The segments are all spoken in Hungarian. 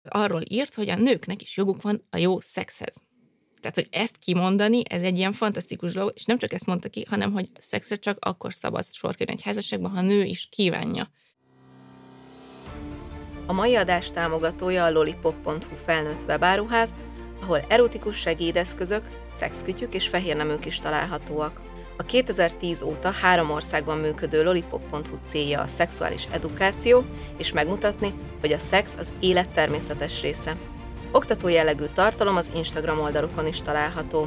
arról írt, hogy a nőknek is joguk van a jó szexhez. Tehát, hogy ezt kimondani, ez egy ilyen fantasztikus dolog, és nem csak ezt mondta ki, hanem, hogy szexre csak akkor szabad sor kerülni egy házasságban, ha a nő is kívánja. A mai adás támogatója a lollipop.hu felnőtt webáruház, ahol erotikus segédeszközök, szexkütyük és fehérneműk is találhatóak. A 2010 óta 3 országban működő lollipop.hu célja a szexuális edukáció, és megmutatni, hogy a szex az élet természetes része. Oktató jellegű tartalom az Instagram oldalukon is található.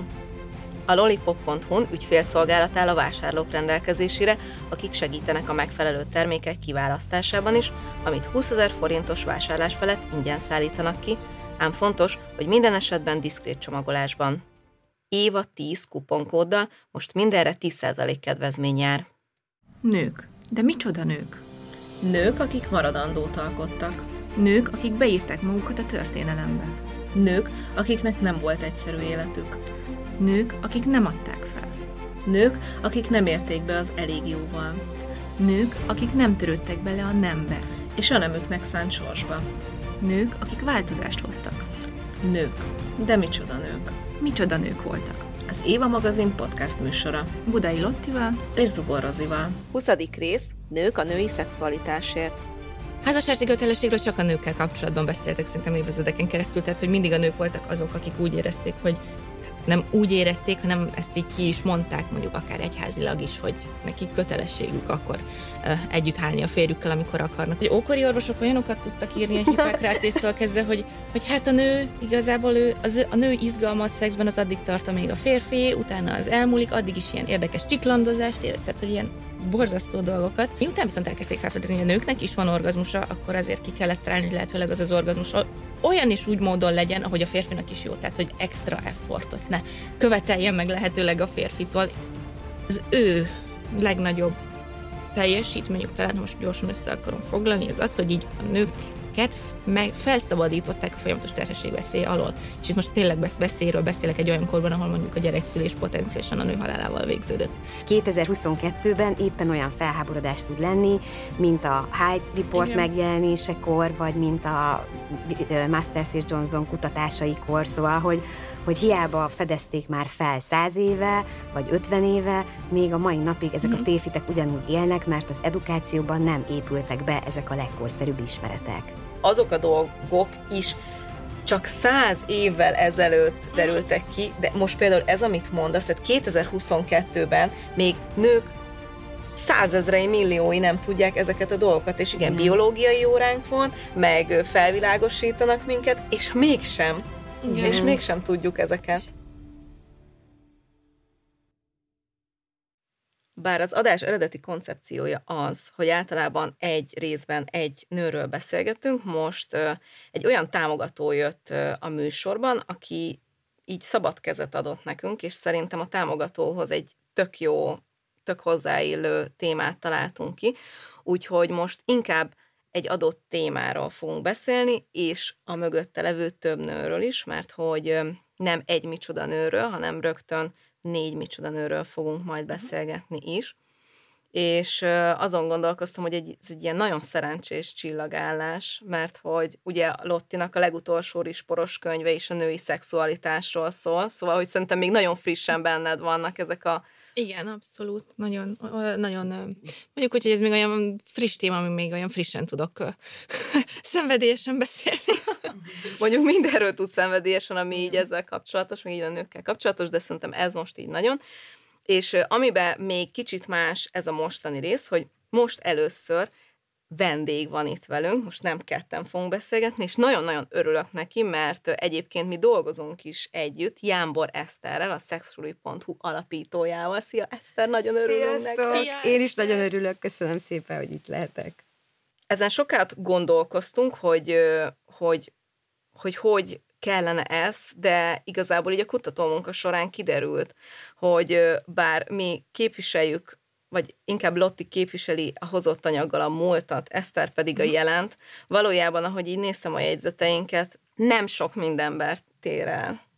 A lollipop.hu-n ügyfélszolgálat áll a vásárlók rendelkezésére, akik segítenek a megfelelő termékek kiválasztásában is, amit 20 000 forintos vásárlás felett ingyen szállítanak ki, ám fontos, hogy minden esetben diszkrét csomagolásban. Éva 10 kuponkóddal most mindenre 10% kedvezmény jár. Nők. De micsoda nők? Nők, akik maradandót alkottak. Nők, akik beírták magukat a történelembe. Nők, akiknek nem volt egyszerű életük. Nők, akik nem adták fel. Nők, akik nem érték be az elég jóval. Nők, akik nem törődtek bele a nembe. És a nemüknek szánt sorsba. Nők, akik változást hoztak. Nők. De micsoda nők? Micsoda nők voltak. Az Éva magazin podcast műsora. Budai Lottival és Zubor Rozival. 20. rész. Nők a női szexualitásért. Házassági kötelességről csak a nőkkel kapcsolatban beszéltek szerintem évezredeken keresztül, tehát hogy mindig a nők voltak azok, akik úgy érezték, hogy nem úgy érezték, hanem ezt így ki is mondták, mondjuk akár egyházilag is, hogy nekik kötelességük akkor együtt hálni a férjükkel, amikor akarnak. Hogy ókori orvosok olyanokat tudtak írni a Hippokrátésztől kezdve, hogy hát a nő igazából a nő izgalma a szexben az addig tart, amíg a férfi, utána az elmúlik, addig is ilyen érdekes csiklandozást érezted, hogy ilyen borzasztó dolgokat. Miután viszont elkezdték felfedezni, hogy a nőknek is van orgazmusa, akkor azért ki kellett találni, hogy lehetőleg az orgazmus olyan is úgy módon legyen, ahogy a férfinak is jó, tehát hogy extra effortot ne követeljen meg lehetőleg a férfitól. Az ő legnagyobb teljesítményük, talán most gyorsan össze akarom foglalni, az az, hogy így a nőket felszabadították a folyamatos terhességveszély alól. És itt most tényleg veszélyről beszélek egy olyan korban, ahol mondjuk a gyerekszülés potenciálisan a nő halálával végződött. 2022-ben éppen olyan felháborodás tud lenni, mint a Hyde Report Igen. megjelenésekor, vagy mint a Masters és Johnson kutatásaikor, szóval, hogy hiába fedezték már fel 100 éve, vagy 50 éve, még a mai napig ezek a tévhitek ugyanúgy élnek, mert az edukációban nem épültek be ezek a legkorszerűbb ismeretek. Azok a dolgok is csak 100 évvel ezelőtt derültek ki, de most például ez, amit mondasz, tehát 2022-ben még nők 100 000 milliói nem tudják ezeket a dolgokat, és igen, biológiai óránk van, meg felvilágosítanak minket, és mégsem. Igen. És mégsem tudjuk ezeket. Bár az adás eredeti koncepciója az, hogy általában egy részben egy nőről beszélgetünk, most egy olyan támogató jött a műsorban, aki így szabad kezet adott nekünk, és szerintem a támogatóhoz egy tök jó, tök hozzáillő témát találtunk ki, úgyhogy most inkább egy adott témáról fogunk beszélni, és a mögötte levő több nőről is, mert hogy nem egy micsoda nőről, hanem rögtön 4 micsoda nőről fogunk majd beszélgetni is. És azon gondolkoztam, hogy ez egy ilyen nagyon szerencsés csillagállás, mert hogy ugye Lottinak a legutolsó risporos könyve is a női szexualitásról szól, szóval, hogy szerintem még nagyon frissen benned vannak ezek a... Igen, abszolút. Nagyon, mondjuk úgy, hogy ez még olyan friss téma, ami még olyan frissen tudok szenvedélyesen beszélni. Mondjuk mindenről tudsz szenvedélyesen, ami így ezzel kapcsolatos, még így a nőkkel kapcsolatos, de szerintem ez most így nagyon. És amiben még kicsit más ez a mostani rész, hogy most először vendég van itt velünk, most nem ketten fogunk beszélgetni, és nagyon-nagyon örülök neki, mert egyébként mi dolgozunk is együtt, Jámbor Eszterrel, a Sexually.hu alapítójával. Szia Eszter, nagyon örülünk neki. Én is nagyon örülök, köszönöm szépen, hogy itt lehetek. Ezen sokat gondolkoztunk, hogy kellene ez, de igazából így a kutatómunka során kiderült, hogy bár mi képviseljük, vagy inkább Lotti képviseli a hozott anyaggal a múltat, Eszter pedig a jelent, valójában, ahogy így néztem a jegyzeteinket, nem sok mindenbert tér el.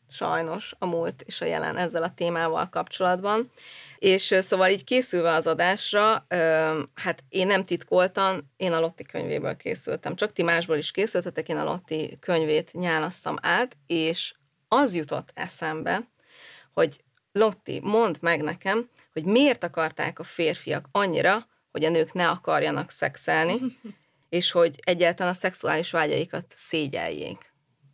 sajnos a múlt és a jelen ezzel a témával kapcsolatban. És szóval így készülve az adásra, hát én nem titkoltan, én a Lotti könyvéből készültem. Csak ti másból is készültetek, én a Lotti könyvét nyálasztam át, és az jutott eszembe, hogy Lotti, mondd meg nekem, hogy miért akarták a férfiak annyira, hogy a nők ne akarjanak szexelni, és hogy egyáltalán a szexuális vágyaikat szégyeljék.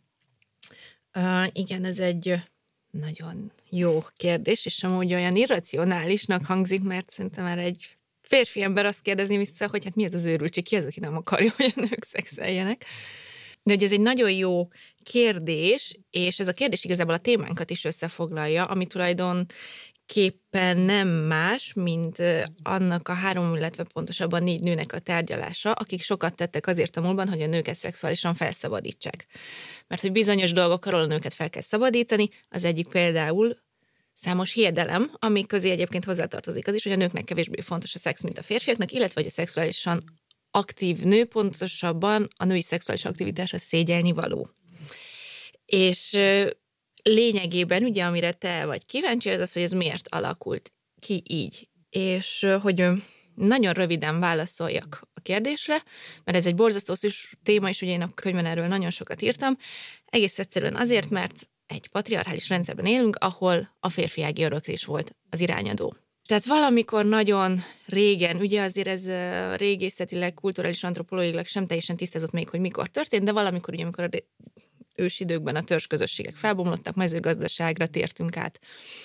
Igen, ez egy nagyon jó kérdés, és amúgy olyan irracionálisnak hangzik, mert szerintem már egy férfi ember azt kérdezni vissza, hogy hát mi ez az őrültség, ki az, aki nem akarja, hogy a nők szexeljenek. De hogy ez egy nagyon jó kérdés, és ez a kérdés igazából a témánkat is összefoglalja, ami tulajdonképpen nem más, mint annak a 3, illetve pontosabban 4 nőnek a tárgyalása, akik sokat tettek azért a múltban, hogy a nőket szexuálisan felszabadítsák. Mert hogy bizonyos dolgokról a nőket fel kell szabadítani, az egyik például számos hiedelem, ami közé egyébként hozzátartozik az is, hogy a nőknek kevésbé fontos a szex, mint a férfiaknak, illetve hogy a szexuálisan aktív nő, pontosabban a női szexuális aktivitás a szégyelni való. És lényegében ugye, amire te vagy kíváncsi, az az, hogy ez miért alakult ki így. És hogy nagyon röviden válaszoljak a kérdésre, mert ez egy borzasztó szűs téma, és ugye én a könyvben erről nagyon sokat írtam. Egész egyszerűen azért, mert egy patriarchális rendszerben élünk, ahol a férfiági öröklés volt az irányadó. Tehát valamikor nagyon régen, ugye azért ez régészetileg, kulturális, antropológiailag sem teljesen tisztázott még, hogy mikor történt, de valamikor, ugye amikor ősidőkben a törzsközösségek felbomlottak, mezőgazdaságra tértünk át.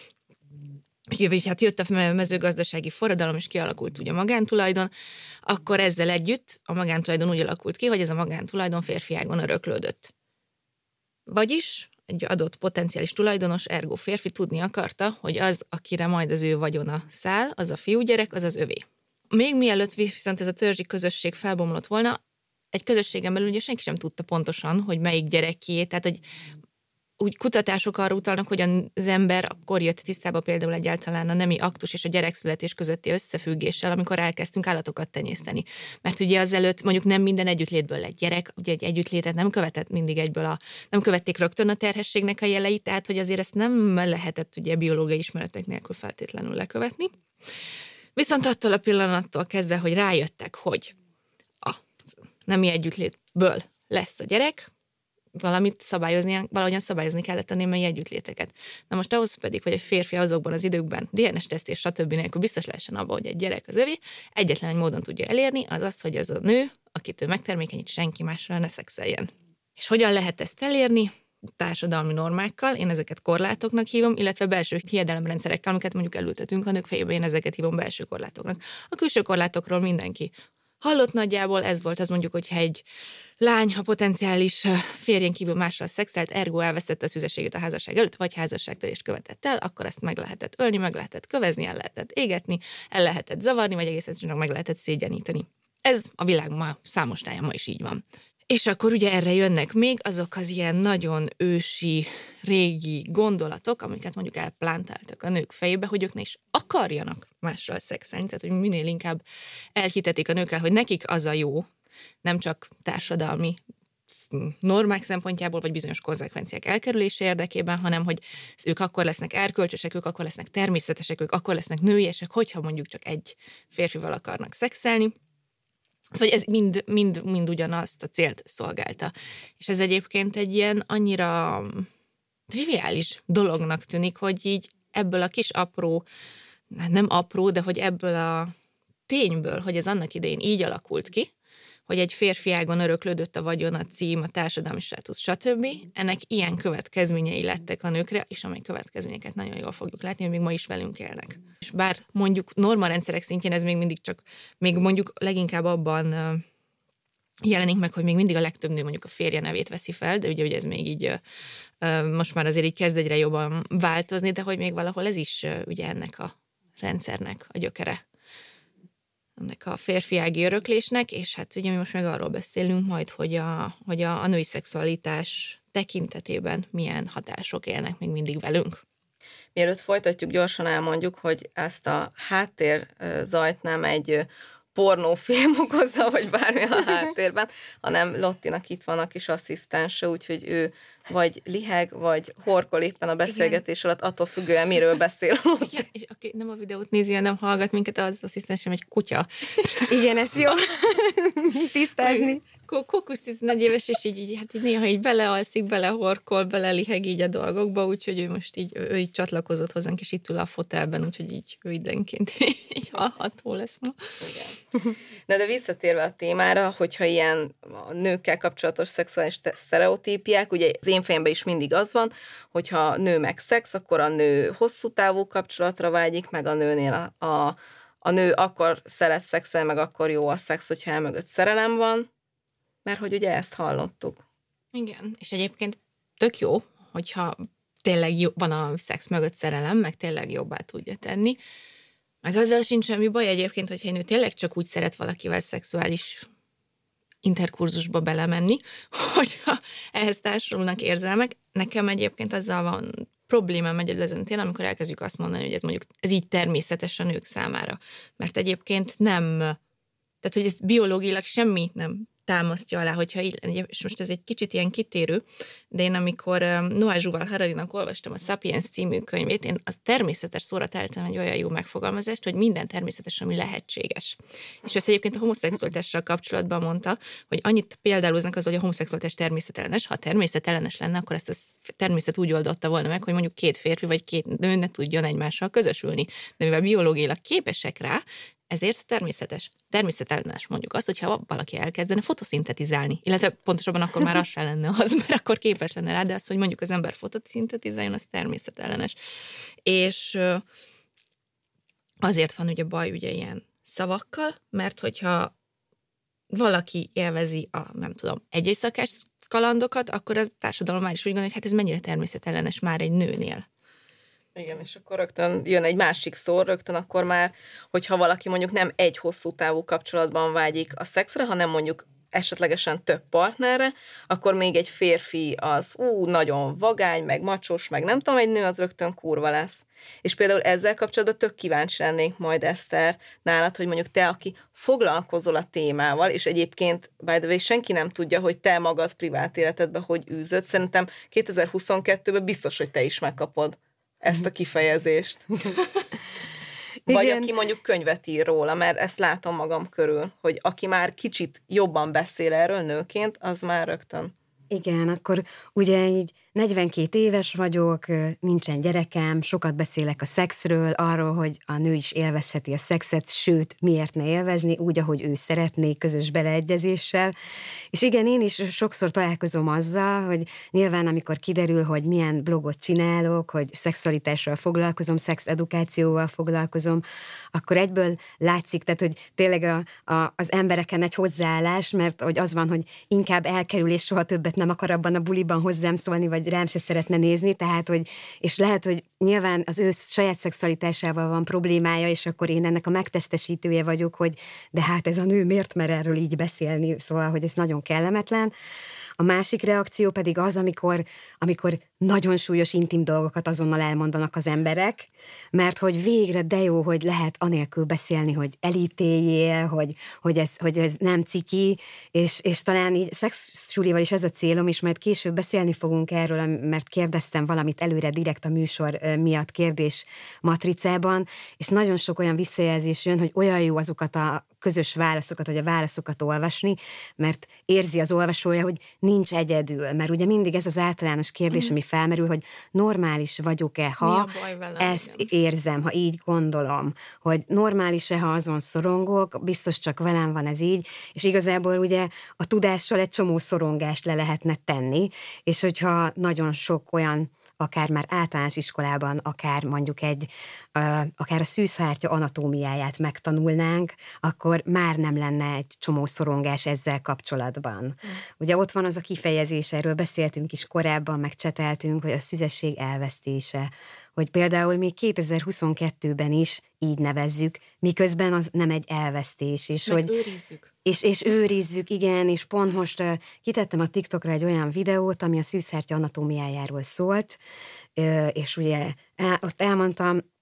Hát jött a mezőgazdasági forradalom, és kialakult ugye a magántulajdon, akkor ezzel együtt a magántulajdon úgy alakult ki, hogy ez a magántulajdon férfiágon öröklődött. Vagyis egy adott potenciális tulajdonos, ergo férfi tudni akarta, hogy az, akire majd az ő vagyona száll, az a fiúgyerek, az az övé. Még mielőtt viszont ez a törzsi közösség felbomlott volna, egy közösségen belül ugye senki sem tudta pontosan, hogy melyik gyerek kié, tehát hogy úgy kutatások arra utalnak, hogy az ember akkor jött tisztába például egyáltalán a nemi aktus és a gyerekszületés közötti összefüggéssel, amikor elkezdtünk állatokat tenyészteni. Mert ugye azelőtt mondjuk nem minden együttlétből lett gyerek, ugye egy együttlétet nem követett mindig nem követték rögtön a terhességnek a jeleit, tehát hogy azért ezt nem lehetett ugye biológiai ismeretek nélkül feltétlenül lekövetni. Viszont attól a pillanattól kezdve, hogy rájöttek, hogy a nemi együttlétből lesz a gyerek, valahogyan szabályozni kellett a némely együttléteket. Na most ahhoz pedig, hogy egy férfi azokban az időkben DNS-teszt és stb. Nélkül biztos lehessen abban, hogy egy gyerek az övé, egyetlen egy módon tudja elérni, az az, hogy az a nő, akit ő megtermékenyít, senki mással ne szexeljen. És hogyan lehet ezt elérni? Társadalmi normákkal, én ezeket korlátoknak hívom, illetve belső hiedelemrendszerekkel, amiket mondjuk elültetünk a nők fejébe, én ezeket hívom belső korlátoknak. A külső korlátokról mindenki hallott nagyjából, ez volt az mondjuk, hogyha egy lány a potenciális férjén kívül mással szexelt, ergo elvesztette a szüzességét a házasság előtt, vagy házasságtörést követett el, akkor ezt meg lehetett ölni, meg lehetett kövezni, el lehetett égetni, el lehetett zavarni, vagy egész egyszerűen meg lehetett szégyeníteni. Ez a világ ma számos táján ma is így van. És akkor ugye erre jönnek még azok az ilyen nagyon ősi, régi gondolatok, amiket mondjuk elplántáltak a nők fejébe, hogy ők ne is akarjanak mással szexelni, tehát hogy minél inkább elhitetik a nőkkel, hogy nekik az a jó, nem csak társadalmi normák szempontjából, vagy bizonyos konzekvenciák elkerülése érdekében, hanem hogy ők akkor lesznek erkölcsösek, ők akkor lesznek természetesek, ők akkor lesznek nőiesek, hogyha mondjuk csak egy férfival akarnak szexelni. Szóval ez mind ugyanazt a célt szolgálta. És ez egyébként egy ilyen annyira triviális dolognak tűnik, hogy így ebből a kis apró, nem apró, de hogy ebből a tényből, hogy ez annak idején így alakult ki, hogy egy férfiágon öröklődött a vagyon, a cím, a társadalmi státusz, stb. Ennek ilyen következményei lettek a nőkre, és amely következményeket nagyon jól fogjuk látni, hogy még ma is velünk élnek. És bár mondjuk normarendszerek szintjén ez még mindig csak, még mondjuk leginkább abban jelenik meg, hogy még mindig a legtöbb nő mondjuk a férje nevét veszi fel, de ugye ez még így most már azért így kezd egyre jobban változni, de hogy még valahol ez is ugye ennek a rendszernek a gyökere, ennek a férfiági öröklésnek, és hát ugye mi most meg arról beszélünk majd, hogy a női szexualitás tekintetében milyen hatások élnek még mindig velünk. Mielőtt folytatjuk, gyorsan elmondjuk, hogy ezt a háttér zajt nem egy pornófilm okozza, vagy bármi a háttérben, hanem Lottinak itt van a kis asszisztense, úgyhogy ő vagy liheg, vagy horkol éppen a beszélgetés alatt, attól függően miről beszél. Igen, és aki nem a videót nézi, hanem hallgat minket, az asszisztensem egy kutya. Igen, ezt jó tisztázni. Kokusz 14 éves, és így, hát így néha így belealszik, belehorkol, beleliheg így a dolgokba, úgyhogy ő most így, ő így csatlakozott hozzánk, és itt ül a fotelben, úgyhogy így ő időnként így hallható lesz ma. Igen. De visszatérve a témára, hogyha ilyen a nőkkel kapcsolatos szexuális sztereotípiák, ugye az én fejemben is mindig az van, hogyha nő meg szex, akkor a nő hosszú távú kapcsolatra vágyik, meg a nőnél a nő akkor szeret szexelni, meg akkor jó a szex, hogyha elmögött szerelem van, mert hogy ugye ezt hallottuk. Igen, és egyébként tök jó, hogyha tényleg van a szex mögött szerelem, meg tényleg jobbá tudja tenni. Meg azzal sincs semmi baj egyébként, hogyha egy nő tényleg csak úgy szeret valakivel szexuális interkurzusba belemenni, hogyha ehhez társulnak érzelmek. Nekem egyébként azzal van problémám ezen téren, amikor elkezdjük azt mondani, hogy ez így természetes a nők számára. Mert egyébként nem, tehát hogy ez biológiailag semmi nem támasztja alá, hogyha így, és most ez egy kicsit ilyen kitérő, de én amikor Noah Yuval Hararinak olvastam a Sapiens című könyvét, én a természetes szóra találtam egy olyan jó megfogalmazást, hogy minden természetes, ami lehetséges. És ezt egyébként a homoszexualitással kapcsolatban mondta, hogy annyit példáloznak az, hogy a homoszexualitás természetellenes. Ha természetellenes lenne, akkor ezt a természet úgy oldotta volna meg, hogy mondjuk 2 férfi vagy 2 nő ne tudjon egymással közösülni. De mivel biológiailag képesek rá, ezért természetellenes mondjuk az, hogyha valaki elkezdene fotoszintetizálni. Illetve pontosabban akkor már az se lenne az, mert akkor képes lenne rá, de az, hogy mondjuk az ember fotoszintetizáljon, az természetellenes. És azért van ugye baj ugye ilyen szavakkal, mert hogyha valaki élvezi nem tudom, egy éjszakás kalandokat, akkor az társadalom már is úgy gondolja, hogy hát ez mennyire természetellenes már egy nőnél. Igen, és akkor rögtön jön egy másik szó, rögtön akkor már, hogyha valaki mondjuk nem egy hosszú távú kapcsolatban vágyik a szexre, hanem mondjuk esetlegesen több partnerre, akkor még egy férfi az nagyon vagány, meg macsos, meg nem tudom, egy nő az rögtön kurva lesz. És például ezzel kapcsolatban tök kíváncsi lennék majd, Eszter, nálad, hogy mondjuk te, aki foglalkozol a témával, és egyébként, by the way, senki nem tudja, hogy te magad privát életedben hogy űzöd. Szerintem 2022-ben biztos, hogy te is megkapod ezt a kifejezést. Vagy igen. Aki mondjuk könyvet ír róla, mert ezt látom magam körül, hogy aki már kicsit jobban beszél erről nőként, az már rögtön. Igen, akkor ugye így 42 éves vagyok, nincsen gyerekem, sokat beszélek a szexről, arról, hogy a nő is élvezheti a szexet, sőt, miért ne élvezni, úgy, ahogy ő szeretné, közös beleegyezéssel. És igen, én is sokszor találkozom azzal, hogy nyilván amikor kiderül, hogy milyen blogot csinálok, hogy szexualitással foglalkozom, szexedukációval foglalkozom, akkor egyből látszik, tehát, hogy tényleg az embereken egy hozzáállás, mert hogy az van, hogy inkább elkerül, és soha többet nem akar abban a buliban hozzám szólni, vagy rám se szeretne nézni, tehát, hogy, és lehet, hogy nyilván az ő saját szexualitásával van problémája, és akkor én ennek a megtestesítője vagyok, hogy de hát ez a nő miért mer erről így beszélni, szóval, hogy ez nagyon kellemetlen. A másik reakció pedig az, amikor nagyon súlyos intim dolgokat azonnal elmondanak az emberek, mert hogy végre de jó, hogy lehet anélkül beszélni, hogy elítéljél, hogy ez nem ciki, és talán így szexsulival is ez a célom, és majd később beszélni fogunk erről, mert kérdeztem valamit előre direkt a műsor miatt kérdés matricában, és nagyon sok olyan visszajelzés jön, hogy olyan jó azokat a közös válaszokat, vagy a válaszokat olvasni, mert érzi az olvasója, hogy nincs egyedül, mert ugye mindig ez az általános kérdés, ami felmerül, hogy normális vagyok-e, ha ezt érzem, ha így gondolom, hogy normális-e, ha azon szorongok, biztos csak velem van ez így, és igazából ugye a tudással egy csomó szorongást le lehetne tenni, és hogyha nagyon sok olyan akár már általános iskolában, akár mondjuk akár a szűzhártya anatómiáját megtanulnánk, akkor már nem lenne egy csomó szorongás ezzel kapcsolatban. Ugye ott van az a kifejezés, erről beszéltünk is korábban, meg cseteltünk, hogy a szüzesség elvesztése, hogy például még 2022-ben is így nevezzük, miközben az nem egy elvesztés. És meg hogy őrizzük. És őrizzük, igen, és pont most kitettem a TikTokra egy olyan videót, ami a szűzhártya anatómiájáról szólt, és ugye ott elmondtam,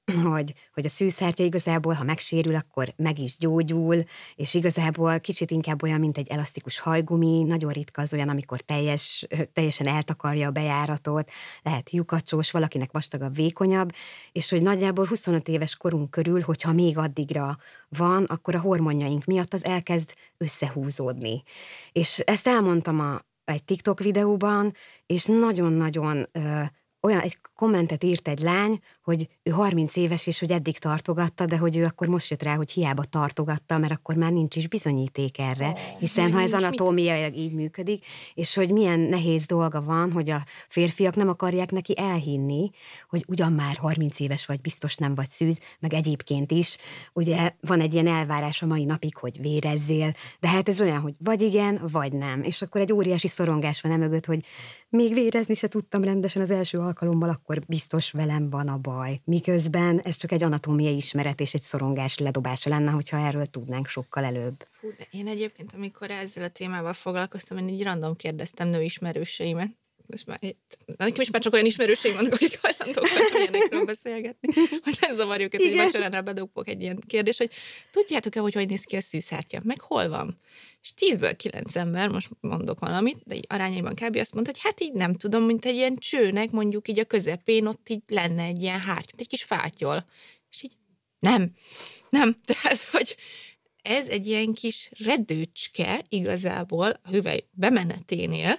hogy a szűzhártya igazából, ha megsérül, akkor meg is gyógyul, és igazából kicsit inkább olyan, mint egy elasztikus hajgumi, nagyon ritka az olyan, amikor teljesen eltakarja a bejáratot, lehet lyukacsós, valakinek vastagabb, vékonyabb, és hogy nagyjából 25 éves korunk körül, hogyha még addigra van, akkor a hormonjaink miatt az elkezd összehúzódni. És ezt elmondtam egy TikTok videóban, és nagyon-nagyon olyan egy kommentet írt egy lány, hogy ő 30 éves, és hogy eddig tartogatta, de hogy ő akkor most jött rá, hogy hiába tartogatta, mert akkor már nincs is bizonyíték erre, hiszen ha ez anatómiailag így működik, és hogy milyen nehéz dolga van, hogy a férfiak nem akarják neki elhinni, hogy ugyan már 30 éves vagy, biztos nem vagy szűz, meg egyébként is, ugye van egy ilyen elvárás a mai napig, hogy vérezzél, de hát ez olyan, hogy vagy igen, vagy nem, és akkor egy óriási szorongás van emögött, hogy még vérezni se tudtam rendesen az első alkalommal, akkor biztos velem van a baj. Miközben ez csak egy anatómiai ismeret és egy szorongás ledobása lenne, hogyha erről tudnánk sokkal előbb. Fú, de én egyébként, amikor ezzel a témával foglalkoztam, én így random kérdeztem nőismerőseimet. Nekem is már csak olyan ismerőseim vannak, akik hajlandók ilyenekről beszélgetni, hogy ne zavarj őket, hogy vacsoránál bedobok egy ilyen kérdés, hogy tudjátok-e, hogy néz ki a szűzhártya? Meg hol van? És 10-ből 9 ember, most mondok valamit, de így arányaiban kb. Azt mondta, hogy hát így nem tudom, mint egy ilyen csőnek, mondjuk így a közepén ott így lenne egy ilyen hártya, egy kis fátyol. És így nem. Tehát, hogy ez egy ilyen kis redőcske igazából a hüvely bemeneténél,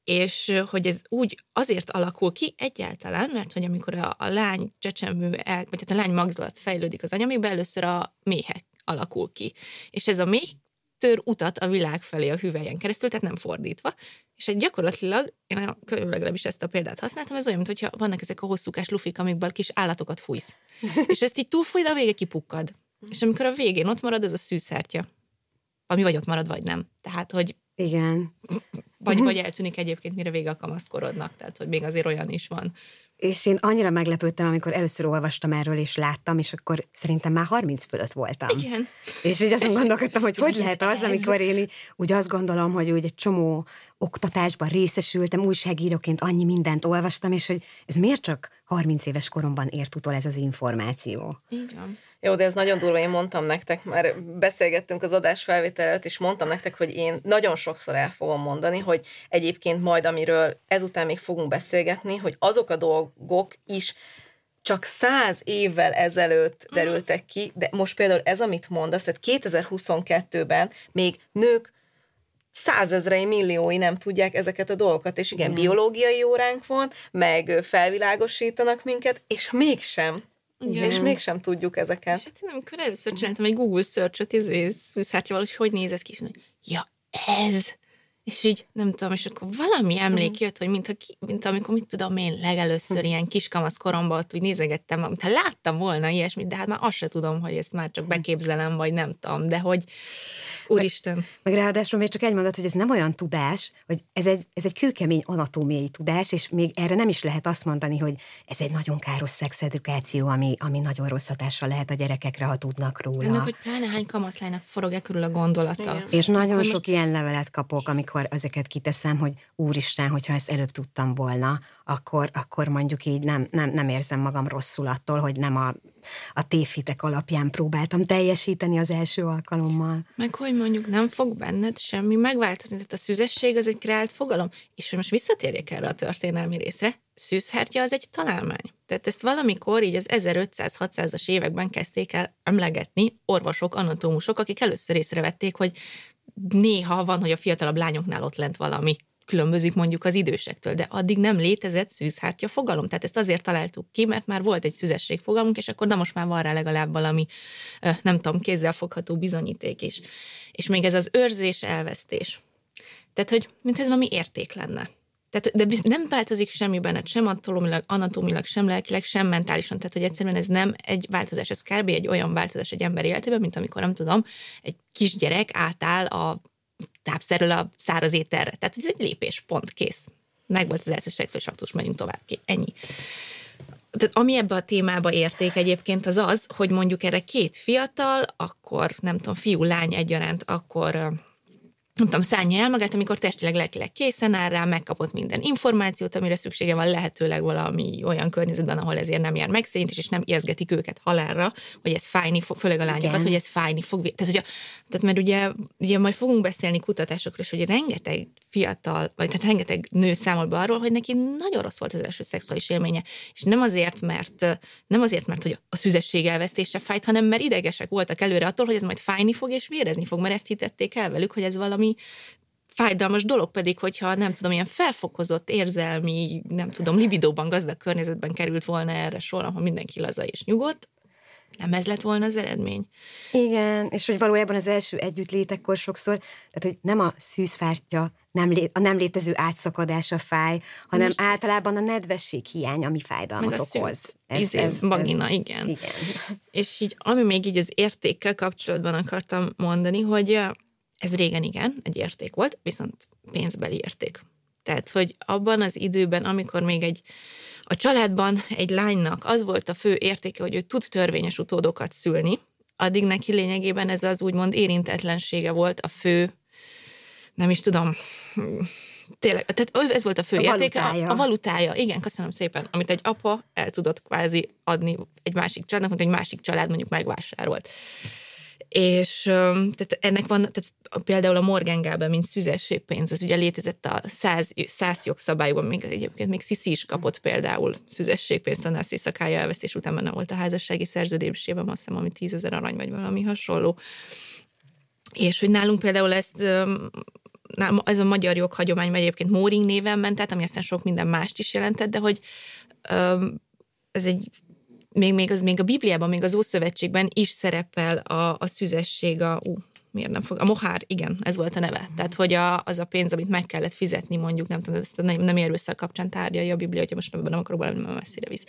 és hogy ez úgy azért alakul ki egyáltalán, mert hogy amikor a lány csecsemő, vagy hát a lány magzat fejlődik az anyamékben, először a méhek alakul ki. És ez a méh tör utat a világ felé a hüvelyen keresztül, tehát nem fordítva. És gyakorlatilag, én legalábbis ezt a példát használtam, ez olyan, mintha vannak ezek a hosszúkás lufik, amikből kis állatokat fújsz. És ezt így túlfúj, de a vége kipukkad. És amikor a végén ott marad, ez a szűzhártya. Ami vagy ott marad, vagy nem. Tehát, hogy igen. Vagy eltűnik egyébként, mire vége a kamaszkorodnak, tehát hogy még azért olyan is van. És én annyira meglepődtem, amikor először olvastam erről, és láttam, és akkor szerintem már 30 fölött voltam. Igen. És úgy azon gondolkodtam, hogy lehet az, amikor én úgy azt gondolom, hogy úgy egy csomó oktatásban részesültem, újságíróként annyi mindent olvastam, és hogy ez miért csak 30 éves koromban ért utol ez az információ. Így van. Jó, de ez nagyon durva, én mondtam nektek, már beszélgettünk az adásfelvétel előtt, és mondtam nektek, hogy én nagyon sokszor el fogom mondani, hogy egyébként majd, amiről ezután még fogunk beszélgetni, hogy azok a dolgok is csak 100 évvel ezelőtt derültek ki, de most például ez, amit mondasz, tehát 2022-ben még nők 100 000 milliói nem tudják ezeket a dolgokat, és igen, biológiai óránk van, meg felvilágosítanak minket, és mégsem. Igen. És mégsem tudjuk ezeket. És hát én amikor először csináltam egy Google search-ot, szűzhártyával, hogy néz ez ki, és mondom, ja, ez! És így, nem tudom, és akkor valami emlék jött, hogy mint amikor, mit tudom én, legelőször ilyen kiskamasz koromban ott úgy nézegettem, mintha láttam volna ilyesmit, de hát már azt se tudom, hogy ezt már csak beképzelem, vagy nem tudom, de hogy úristen. Meg ráadásul még csak egy mondat, hogy ez nem olyan tudás, hogy ez egy kőkemény anatómiai tudás, és még erre nem is lehet azt mondani, hogy ez egy nagyon káros szexedukáció, ami nagyon rossz hatással lehet a gyerekekre, ha tudnak róla. Ennek, hogy pláne hány kamaszlánynak forog körül a gondolata. Igen. És nagyon sok ilyen levelet kapok, amikor ezeket kiteszem, hogy úristen, hogyha ezt előbb tudtam volna, akkor mondjuk így nem érzem magam rosszul attól, hogy nem a tévhitek alapján próbáltam teljesíteni az első alkalommal. Meg hogy mondjuk nem fog benned semmi megváltozni, tehát a szüzesség az egy kreált fogalom, és hogy most visszatérjek erre a történelmi részre, szűzhártya az egy találmány. Tehát ezt valamikor így az 1500-600-as években kezdték el emlegetni orvosok, anatómusok, akik először észrevették, hogy néha van, hogy a fiatalabb lányoknál ott lent valami különbözik mondjuk az idősektől, de addig nem létezett szűzhártya fogalom. Tehát ezt azért találtuk ki, mert már volt egy szüzesség fogalmunk, és akkor most már van rá legalább valami, nem tudom, kézzelfogható bizonyíték is. És még ez az őrzés, elvesztés. Tehát, hogy mintha ez valami érték lenne. Tehát, de nem változik semmi benned, sem anatómilag, sem lelkileg, sem mentálisan. Tehát, hogy egyszerűen ez nem egy változás, ez kb. Egy olyan változás egy ember életében, mint amikor, nem tudom, egy kisgyerek átáll a tápszerről a száraz ételre. Tehát ez egy lépés, pont, kész. Megvolt az első szexuális aktus, megyünk tovább, ennyi. Tehát ami ebbe a témába érték egyébként az, hogy mondjuk erre két fiatal, akkor nem tudom, fiú, lány egyaránt, akkor nem tudom, szánja el magát, amikor testileg, lelkileg készen áll rá, megkapott minden információt, amire szüksége van, lehetőleg valami olyan környezetben, ahol ezért nem jár megszerintés, és nem ijeszgetik őket halálra, hogy ez fájni fog, főleg a lányokat, hogy ez fájni fog. Tehát mert ugye majd fogunk beszélni kutatásokról, és hogy rengeteg fiatal, vagy tehát rengeteg nő számol be arról, hogy neki nagyon rossz volt az első szexuális élménye, és nem azért, mert hogy a szüzesség elvesztése fájt, hanem mert idegesek voltak előre attól, hogy ez majd fájni fog, és vérezni fog, mert ezt hitették el velük, hogy ez valami fájdalmas dolog, pedig, hogyha nem tudom, ilyen felfokozott érzelmi, nem tudom, libidóban gazdag környezetben került volna erre sor, ahol mindenki laza és nyugodt, nem ez lett volna az eredmény. Igen, és hogy valójában az első együttlétekkor sokszor, tehát hogy nem a szűzfártya, a nem létező átszakadása fáj, hanem most általában a nedvesség hiány, ami fájdalmat okoz. Vagina, igen. És így, ami még így az értékkel kapcsolatban akartam mondani, hogy ez régen igen, egy érték volt, viszont pénzbeli érték. Tehát, hogy abban az időben, amikor még a családban egy lánynak az volt a fő értéke, hogy ő tud törvényes utódokat szülni, addig neki lényegében ez az úgymond érintetlensége volt a fő, nem is tudom, tényleg, tehát ez volt a fő értéke, a valutája. Igen, köszönöm szépen, amit egy apa el tudott kvázi adni egy másik családnak, mint egy másik család mondjuk megvásárolt. És tehát ennek van, tehát például a morgengában, mint szüzességpénz, ez ugye létezett a 100 jogszabályban, még egyébként még Sisi is kapott például szüzességpénzt a nász éjszakája elvesztés után, mert nem volt a házassági szerződésében, azt hiszem, ami 10 000 arany, vagy valami hasonló. És hogy nálunk például ez a magyar joghagyomány egyébként Móring néven ment, tehát ami aztán sok minden mást is jelentett, de hogy ez egy még a Bibliában, még az Ószövetségben is szerepel a szüzesség, a mohár, igen, ez volt a neve. Tehát, hogy az a pénz, amit meg kellett fizetni, mondjuk, nem tudom, ezt nem erőszak kapcsán tárgyalja a Biblia, hogyha most nem akarok valami messzire visz.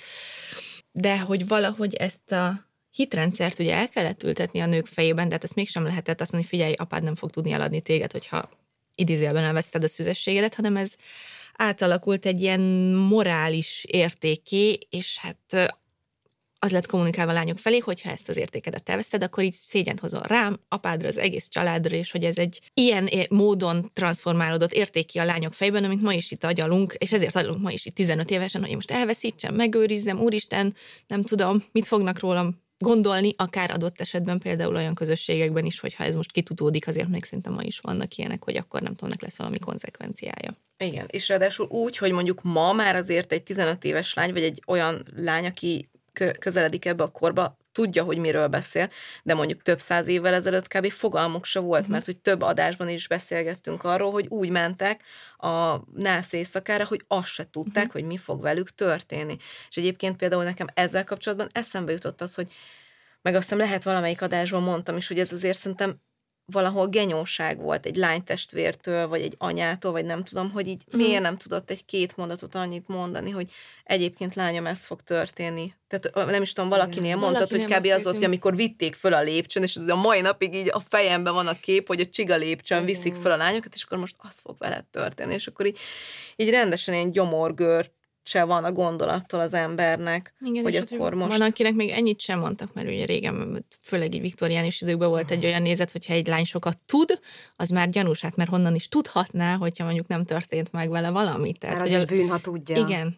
De hogy valahogy ezt a hitrendszert ugye el kellett ültetni a nők fejében, de hát ezt mégsem lehetett azt mondani, figyelj, apád nem fog tudni eladni téged, hogyha idézőjelben elveszted a szüzességedet, hanem ez átalakult egy ilyen morális értéké, és hát az lett kommunikálva a lányok felé, hogyha ezt az értékedet elveszted, akkor így szégyent hozol rám, apádra, az egész családra, és hogy ez egy ilyen módon transformálódott értéki a lányok fejben, amit ma is itt agyalunk, és ezért agyalunk ma is itt 15 évesen, hogy én most elveszítsem, megőrizzem, úristen, nem tudom, mit fognak rólam gondolni, akár adott esetben például olyan közösségekben is, hogyha ez most kitutódik, azért még szerintem ma is vannak ilyenek, hogy akkor nem tudom, lesz valami konzekvenciája. Igen, és ráadásul úgy, hogy mondjuk ma már azért egy 15 éves lány, vagy egy olyan lány, aki közeledik ebbe a korba, tudja, hogy miről beszél, de mondjuk több 100 évvel ezelőtt kb. Fogalmuk se volt, mert hogy több adásban is beszélgettünk arról, hogy úgy mentek a nász éjszakára, hogy azt se tudták, hogy mi fog velük történni. És egyébként például nekem ezzel kapcsolatban eszembe jutott az, hogy meg azt hiszem lehet valamelyik adásban mondtam is, hogy ez azért szerintem valahol genyóság volt egy lánytestvértől, vagy egy anyától, vagy nem tudom, hogy így miért nem tudott egy-két mondatot annyit mondani, hogy egyébként lányom, ez fog történni. Tehát nem is tudom, valakinél mondtad, hogy kb. Az volt, hogy amikor vitték föl a lépcsőn, és a mai napig így a fejemben van a kép, hogy a csiga lépcsőn viszik föl a lányokat, és akkor most az fog veled történni. És akkor így rendesen ilyen gyomorgör se van a gondolattól az embernek, igen, hogy akkor most... Van, akinek még ennyit sem mondtak, mert ugye régen, főleg így viktoriánus időkben volt egy olyan nézet, hogyha egy lány sokat tud, az már gyanús, hát mert honnan is tudhatná, hogyha mondjuk nem történt meg vele valami. Tehát, mert az is bűn, ha tudja.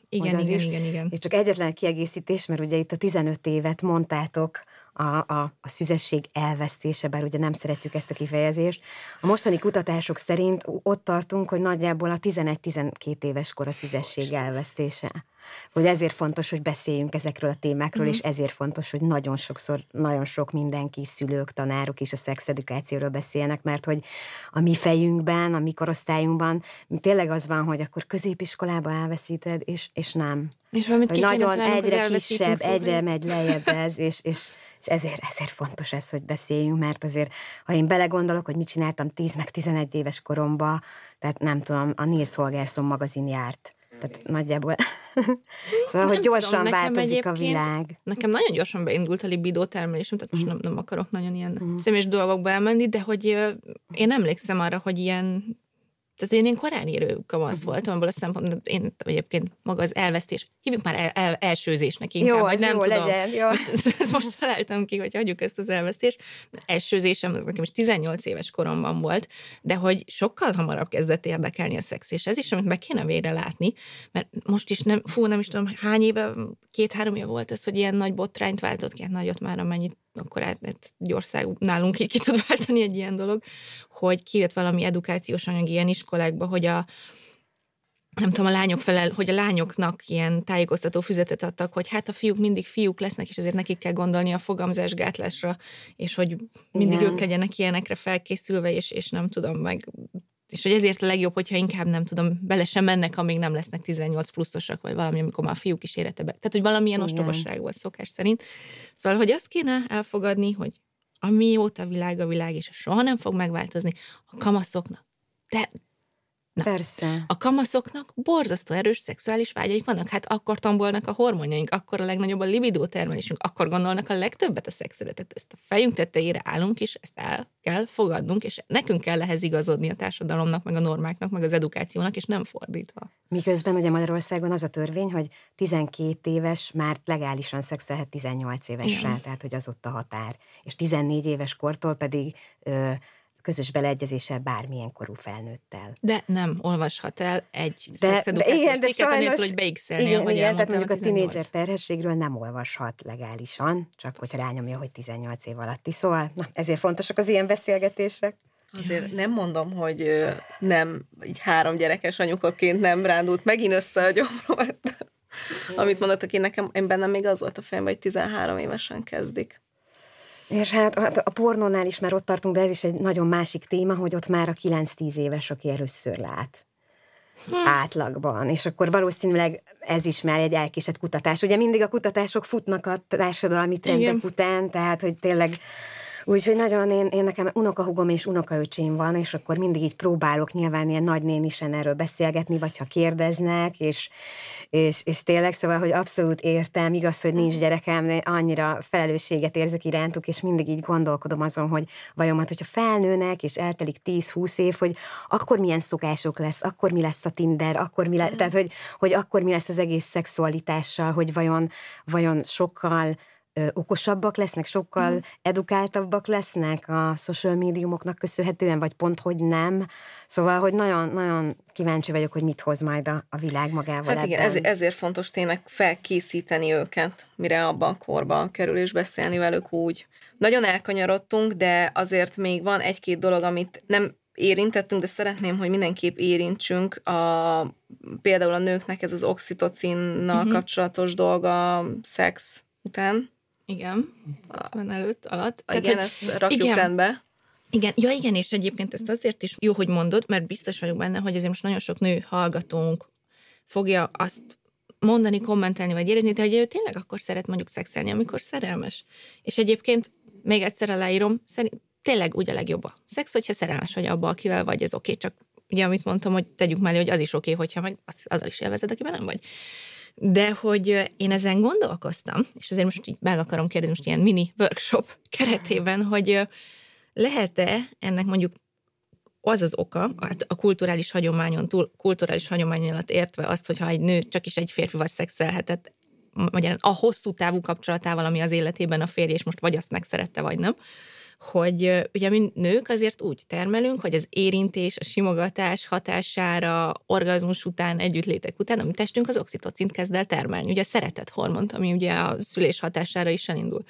Igen. És csak egyetlen kiegészítés, mert ugye itt a 15 évet mondtátok, a szüzesség elvesztése, bár ugye nem szeretjük ezt a kifejezést. A mostani kutatások szerint ott tartunk, hogy nagyjából a 11-12 éves kor a szüzesség elvesztése. Hogy ezért fontos, hogy beszéljünk ezekről a témákról, és ezért fontos, hogy nagyon sokszor, nagyon sok mindenki, szülők, tanárok is a szexedukációról beszélnek, mert hogy a mi fejünkben, a mi korosztályunkban tényleg az van, hogy akkor középiskolába elveszíted, és nem. És valamit ki nagyon egyre kisebb, egyre megy lejjebb ez, és ezért fontos ez, hogy beszéljünk, mert azért, ha én belegondolok, hogy mit csináltam 10 meg 11 éves koromban, tehát nem tudom, a Nils Holgersson magazin járt. Tehát nagyjából. Szóval, hogy gyorsan változik a világ. Nekem nagyon gyorsan beindult a libidó termelésem, tehát most nem akarok nagyon ilyen személyes dolgokba elmenni, de hogy én emlékszem arra, hogy ilyen én ilyen korán érő kamasz voltam, abból a szempontból, én egyébként maga az elvesztés, hívjuk már elsőzésnek inkább, jó, vagy nem jó, tudom. legyen, jó. Most találtam ki, hogy hagyjuk ezt az elvesztést. Elsőzésem, ez nekem is 18 éves koromban volt, de hogy sokkal hamarabb kezdett érdekelni a szex, és ez is, amit meg kéne végre látni, mert most is nem is tudom, hány éve, 2-3 év volt ez, hogy ilyen nagy botrányt váltott ki, hát nagyot már amennyit akkor egy ország nálunk így ki tud váltani egy ilyen dolog, hogy kijött valami edukációs anyag ilyen iskolákba, hogy nem tudom, a lányok hogy a lányoknak ilyen tájékoztató füzetet adtak, hogy hát a fiúk mindig fiúk lesznek, és ezért nekik kell gondolni a fogamzásgátlásra, és hogy mindig ők legyenek ilyenekre felkészülve, és nem tudom meg, és hogy ezért a legjobb, hogyha inkább nem tudom, bele sem mennek, amíg nem lesznek 18 pluszosak, vagy valami, amikor már a fiúk is érete be. Tehát, hogy valamilyen ostobaság volt szokás szerint. Szóval, hogy azt kéne elfogadni, hogy amióta a világ, és soha nem fog megváltozni, a kamaszoknak. Persze. A kamaszoknak borzasztó erős szexuális vágyaik vannak. Hát akkor tombolnak a hormonjaink, akkor a legnagyobb a libidó termelésünk, akkor gondolnak a legtöbbet a szexre. Tehát ezt a fejünk tetejére állunk, és ezt el kell fogadnunk, és nekünk kell ehhez igazodni a társadalomnak, meg a normáknak, meg az edukációnak, és nem fordítva. Miközben ugye Magyarországon az a törvény, hogy 12 éves már legálisan szexelhet 18 évesre, tehát hogy az ott a határ. És 14 éves kortól pedig közös beleegyezéssel bármilyen korú felnőttel. De nem olvashat el egy szexedukációs cikket, anélkül, hogy beigszelnél, vagy igen, tehát mondjuk a 18. tínédzser terhességről nem olvashat legálisan, csak hogy rányomja, hogy 18 év alatti. Szóval ezért fontosak az ilyen beszélgetések. Azért nem mondom, hogy nem, így 3 gyerekes anyukaként nem rándult megint össze a gyomromat. Amit mondottak, én bennem még az volt a fejemben, hogy 13 évesen kezdik. És hát a pornónál is már ott tartunk, de ez is egy nagyon másik téma, hogy ott már a 9-10 éves, aki először lát. Átlagban. És akkor valószínűleg ez is már egy elkésett kutatás. Ugye mindig a kutatások futnak a társadalmi trendek után, tehát hogy tényleg úgyhogy nagyon én nekem unokahúgom és unokaöcsém van, és akkor mindig így próbálok nyilván ilyen nagynénisen erről beszélgetni, vagy ha kérdeznek, és tényleg, szóval, hogy abszolút értem, igaz, hogy nincs gyerekem, de annyira felelősséget érzek irántuk, és mindig így gondolkodom azon, hogy vajon, hogyha felnőnek, és eltelik 10-20 év, hogy akkor milyen szokások lesz, akkor mi lesz a Tinder, akkor mi lesz, tehát, hogy akkor mi lesz az egész szexualitással, hogy vajon sokkal okosabbak lesznek, sokkal edukáltabbak lesznek a social médiumoknak köszönhetően, vagy pont, hogy nem. Szóval, hogy nagyon-nagyon kíváncsi vagyok, hogy mit hoz majd a világ magával. Hát igen, ezért fontos tényleg felkészíteni őket, mire abban a korban kerül, és beszélni velük úgy. Nagyon elkanyarodtunk, de azért még van 1-2 dolog, amit nem érintettünk, de szeretném, hogy mindenképp érintsünk. Például a nőknek ez az oxitocinnal kapcsolatos dolga szex után. Igen, 50 előtt, alatt. Tehát, igen, ezt rakjuk rendbe. Igen, és egyébként ezt azért is jó, hogy mondod, mert biztos vagyok benne, hogy azért most nagyon sok nő hallgatónk fogja azt mondani, kommentelni, vagy érezni, de hogy ő tényleg akkor szeret mondjuk szexelni, amikor szerelmes. És egyébként még egyszer aláírom, tényleg úgy a legjobb a szex, hogyha szerelmes vagy abba, akivel vagy, ez oké, csak ugye, amit mondtam, hogy tegyük mellé, hogy az is oké, hogyha meg azzal is élvezed, akiben nem vagy. De hogy én ezen gondolkoztam, és azért most így meg akarom kérdezni most ilyen mini workshop keretében, hogy lehet-e ennek mondjuk az oka, hát a kulturális hagyományon túl, kulturális hagyomány alatt értve azt, hogyha egy nő csak is egy férfival szexelhetett, magyarán a hosszú távú kapcsolatával, ami az életében a férj, és most vagy azt megszerette, vagy nem, hogy ugye mi nők azért úgy termelünk, hogy az érintés, a simogatás hatására, orgazmus után, együttlétek után a mi testünk az oxitocint kezd el termelni, ugye a szeretet hormont, ami ugye a szülés hatására is elindul.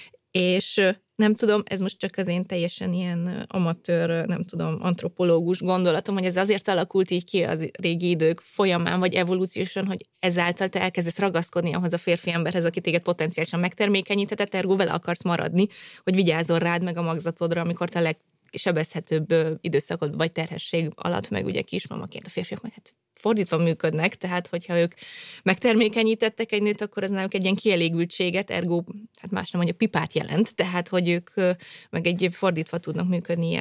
És nem tudom, ez most csak az én teljesen ilyen amatőr, nem tudom, antropológus gondolatom, hogy ez azért alakult így ki az régi idők folyamán, vagy evolúciósan, hogy ezáltal te elkezdesz ragaszkodni ahhoz a férfi emberhez, aki téged potenciálisan megtermékenyített, ergo vele akarsz maradni, hogy vigyázzon rád meg a magzatodra, amikor te a legsebezhetőbb időszakod vagy terhesség alatt, meg ugye kismamaként a férfiak meg hát fordítva működnek, tehát hogyha ők megtermékenyítettek egy nőt, akkor az náluk egy ilyen kielégültséget, ergo, hát más nem mondja, pipát jelent, tehát hogy ők meg egy fordítva tudnak működni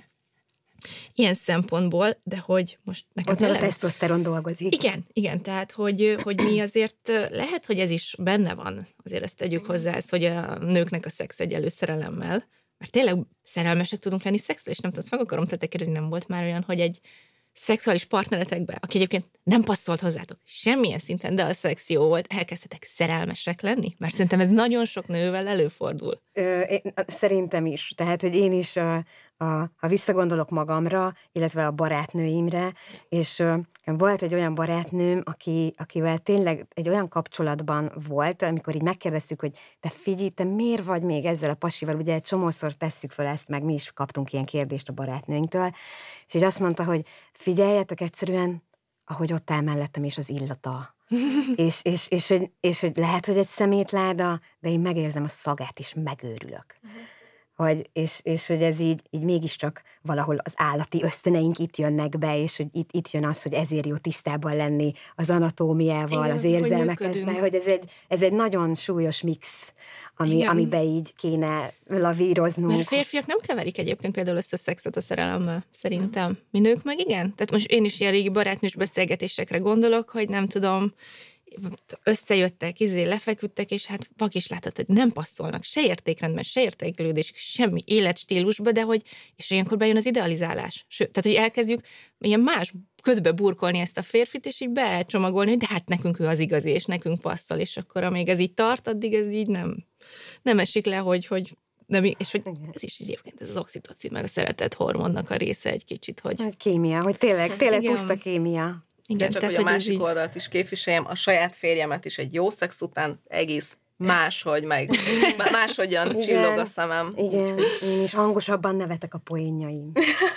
ilyen szempontból, de hogy most nekem ott a tesztoszteron dolgozik. Igen, tehát hogy mi azért lehet, hogy ez is benne van, azért ezt tegyük hozzá, ez, hogy a nőknek a szex egyenlő szerelemmel, mert tényleg szerelmesek tudunk lenni szexre, és nem tudom, meg akarom kérdezni, nem volt már olyan, hogy egy szexuális partneretekbe, aki egyébként nem passzolt hozzátok semmilyen szinten, de a szex jó volt, elkezdtetek szerelmesek lenni? Mert szerintem ez nagyon sok nővel előfordul. Szerintem is. Tehát, hogy én is, ha visszagondolok magamra, illetve a barátnőimre, és volt egy olyan barátnőm, akivel tényleg egy olyan kapcsolatban volt, amikor így megkérdeztük, hogy te figyelj, te miért vagy még ezzel a pasival? Ugye egy csomószor tesszük fel ezt, meg mi is kaptunk ilyen kérdést a barátnőinktől, és így azt mondta, hogy figyeljetek egyszerűen, ahogy ott áll mellettem, és az illata. és hogy lehet, hogy egy szemétláda, de én megérzem a szagát, és megőrülök. És hogy ez így mégiscsak valahol az állati ösztöneink itt jönnek be, és hogy itt jön az, hogy ezért jó tisztában lenni az anatómiával, igen, az érzelmekhez, mert hogy ez egy nagyon súlyos mix, amiben így kéne lavíroznunk. Mert férfiak nem keverik egyébként például össze a szexet a szerelemmel, szerintem. Mi nők meg igen? Tehát most én is ilyen régi barátnős beszélgetésekre gondolok, hogy nem tudom, összejöttek, lefeküdtek, és hát vak is látod, hogy nem passzolnak, se értékrendben, se értéklődés, semmi életstílusba, de hogy, és ilyenkor bejön az idealizálás. Sőt, tehát, hogy elkezdjük ilyen más ködbe burkolni ezt a férfit, és így becsomagolni, hogy de hát nekünk ő az igazi, és nekünk passzol, és akkor amíg ez így tart, addig ez így nem esik le, hogy nem, és hogy ez is egyébként ez az oxitocin, meg a szeretet hormonnak a része egy kicsit, hogy... Kémia, hogy tényleg puszta kémia. Igen, csak tehát, hogy a másik oldalt is képviseljem, a saját férjemet is egy jó szex után egész máshogy, meg máshogyan csillog a szemem. Igen, én is hangosabban nevetek a poénjaim.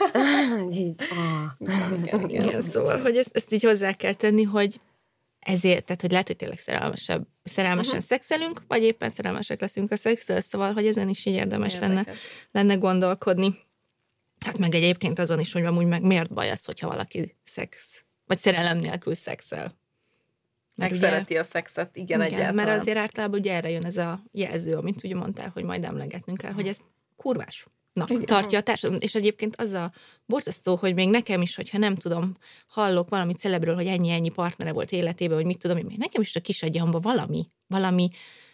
Igen, szóval, hogy ezt így hozzá kell tenni, hogy ezért, tehát hogy lehet, hogy tényleg szerelmesen szexelünk, vagy éppen szerelmesek leszünk a szextől, szóval, hogy ezen is így érdemes lenne gondolkodni. Hát meg egyébként azon is, hogy amúgy meg miért baj az, hogyha valaki vagy szerelem nélkül szexel. Megszereti a szexet, igen, egyáltalán. Mert azért általában ugye erre jön ez a jelző, amit ugye mondtál, hogy majd emlegetnünk kell, hogy ez kurvásnak tartja a társadalom. És egyébként az a borzasztó, hogy még nekem is, hogyha nem tudom, hallok valamit celebről, hogy ennyi partnere volt életében, vagy mit tudom, még nekem is a kisagyamba valami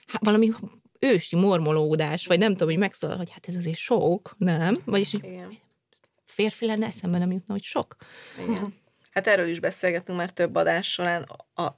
ősi mormolódás, vagy nem tudom, hogy megszólal, hogy hát ez azért sok, nem? Vagyis férfi lenne, eszembe nem jutna, hogy sok. Igen. Hát erről is beszélgetünk már több adás során,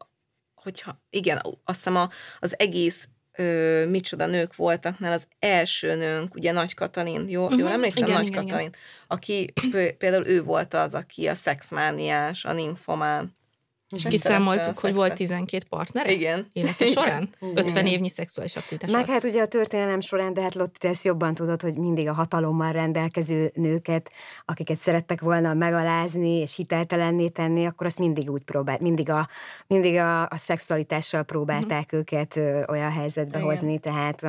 hogyha igen, azt hiszem az egész micsoda nők voltaknál az első nőnk, ugye Nagy Katalin, jól emlékszem, igen, Nagy Katalin, igen. Aki például ő volt az, aki a szexmániás, a nymphomán. És kiszámoltuk, hogy volt 12 partnere? Igen. Élete során? 50 évnyi szexuális aktivitás. Meg hát ugye a történelem során, de hát Lotti, te ezt jobban tudod, hogy mindig a hatalommal rendelkező nőket, akiket szerettek volna megalázni és hiteltelenné tenni, akkor azt mindig úgy mindig a szexualitással próbálták őket olyan helyzetbe hozni, tehát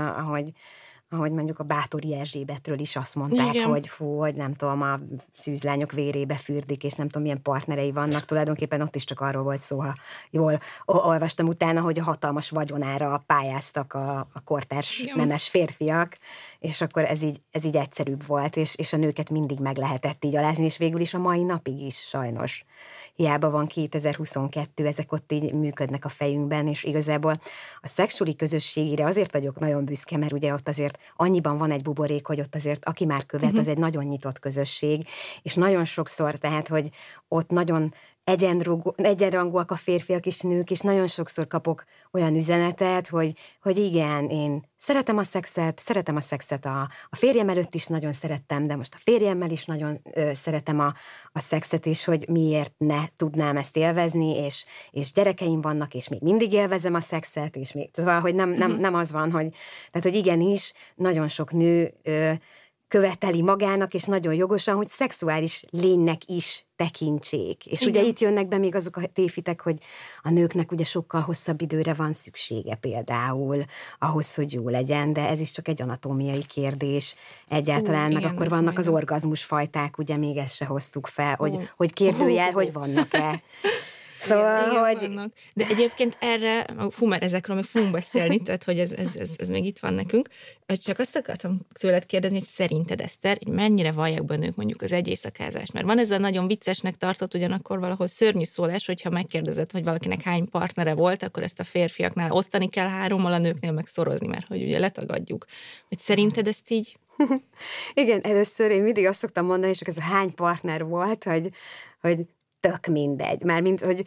ahogy mondjuk a Báthori Erzsébetről is azt mondták, hogy nem tudom, a szűzlányok vérébe fürdik, és nem tudom, milyen partnerei vannak. Tulajdonképpen ott is csak arról volt szó, ha jól olvastam utána, hogy a hatalmas vagyonára pályáztak a kortárs nemes férfiak, és akkor ez így egyszerűbb volt, és a nőket mindig meg lehetett így alázni, és végül is a mai napig is sajnos. Hiába van 2022, ezek ott így működnek a fejünkben, és igazából a szexuális közösségére azért vagyok nagyon büszke, mert ugye ott azért annyiban van egy buborék, hogy ott azért aki már követ, az egy nagyon nyitott közösség, és nagyon sokszor, tehát, hogy ott nagyon egyenrangúak a férfiak és nők, és nagyon sokszor kapok olyan üzenetet, hogy igen, én szeretem a szexet, a férjem előtt is nagyon szerettem, de most a férjemmel is nagyon szeretem a szexet, és hogy miért ne tudnám ezt élvezni, és gyerekeim vannak, és még mindig élvezem a szexet, és még, hogy nem az van, tehát, hogy igenis, nagyon sok nő követeli magának, és nagyon jogosan, hogy szexuális lénynek is tekintsék. És ugye itt jönnek be még azok a tévhitek, hogy a nőknek ugye sokkal hosszabb időre van szüksége például ahhoz, hogy jó legyen, de ez is csak egy anatómiai kérdés egyáltalán, meg akkor vannak az orgazmus fajták, ugye még ezt se hoztuk fel, hogy kérdőjel, hogy vannak-e. Szóval, igen, vannak. De egyébként erre, mert ezekről még fogunk beszélni, tehát hogy ez még itt van nekünk. Csak azt akartam tőled kérdezni, hogy szerinted, Eszter, mennyire vallják be nők mondjuk az egyéjszakázást? Mert van ez a nagyon viccesnek tartott, ugyanakkor valahol szörnyű szólás, hogyha megkérdezed, hogy valakinek hány partnere volt, akkor ezt a férfiaknál osztani kell 3-mal, a nőknél meg szorozni, mert hogy ugye letagadjuk. Hogy szerinted ezt így? Igen, először én mindig azt szoktam mondani, csak ez a hány partner volt, hogy tök mindegy. Mármint, hogy